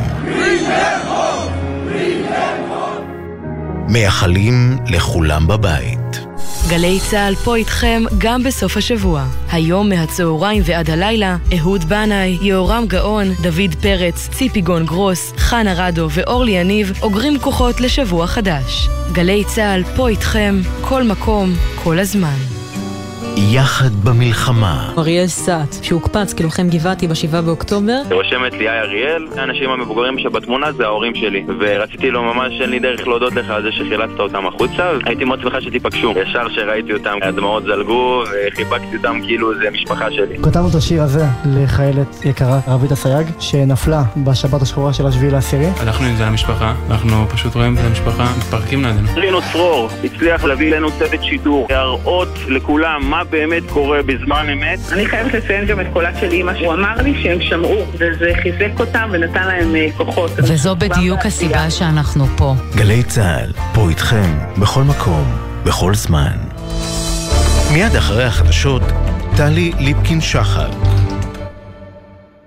מייחלים לכולם בבית. גלי צהל פה איתכם גם בסוף השבוע. היום מהצהריים ועד הלילה, אהוד בנאי, יהורם גאון, דוד פרץ, ציפי גון גרוס, חנה רדו ואורלי יניב אוגרים כוחות לשבוע חדש. גלי צהל פה איתכם, כל מקום, כל הזמן. יחד במלחמה. אריאל סאט, שהוקפץ כלוחם גבעתי בשבעה באוקטובר. רושמת לי אריאל, האנשים המבוגרים שבתמונה זה ההורים שלי, ורציתי לו ממש אין לי דרך להודות לך על זה שחילצת אותם החוצה. הייתי מאוד שמחה שתיפגשו. ישר שראיתי אותם, הדמעות זלגו וחיבקתי אותם כאילו זה משפחה שלי. כתבנו את השיר הזה לחיילת יקרה, רבית הסייג, שנפלה בשבת השחורה של השביעי לעשירי. הלכנו עם זה למשפחה, אנחנו פשוט רואים את המשפחה, מתפרקים לידינו. רינו צרור הצליח להביא לנו צוות שידור, להראות לכולם מה באמת קורה בזמן אמת. אני חייבת לציין גם את קולת של אמא, הוא אמר לי שהם שמעו, וזה חיזק אותם ונתן להם כוחות. וזו בדיוק הסיבה שאנחנו פה. גלי צהל, פה איתכם, בכל מקום, בכל זמן. מיד אחרי החדשות, טלי ליפקין שחל.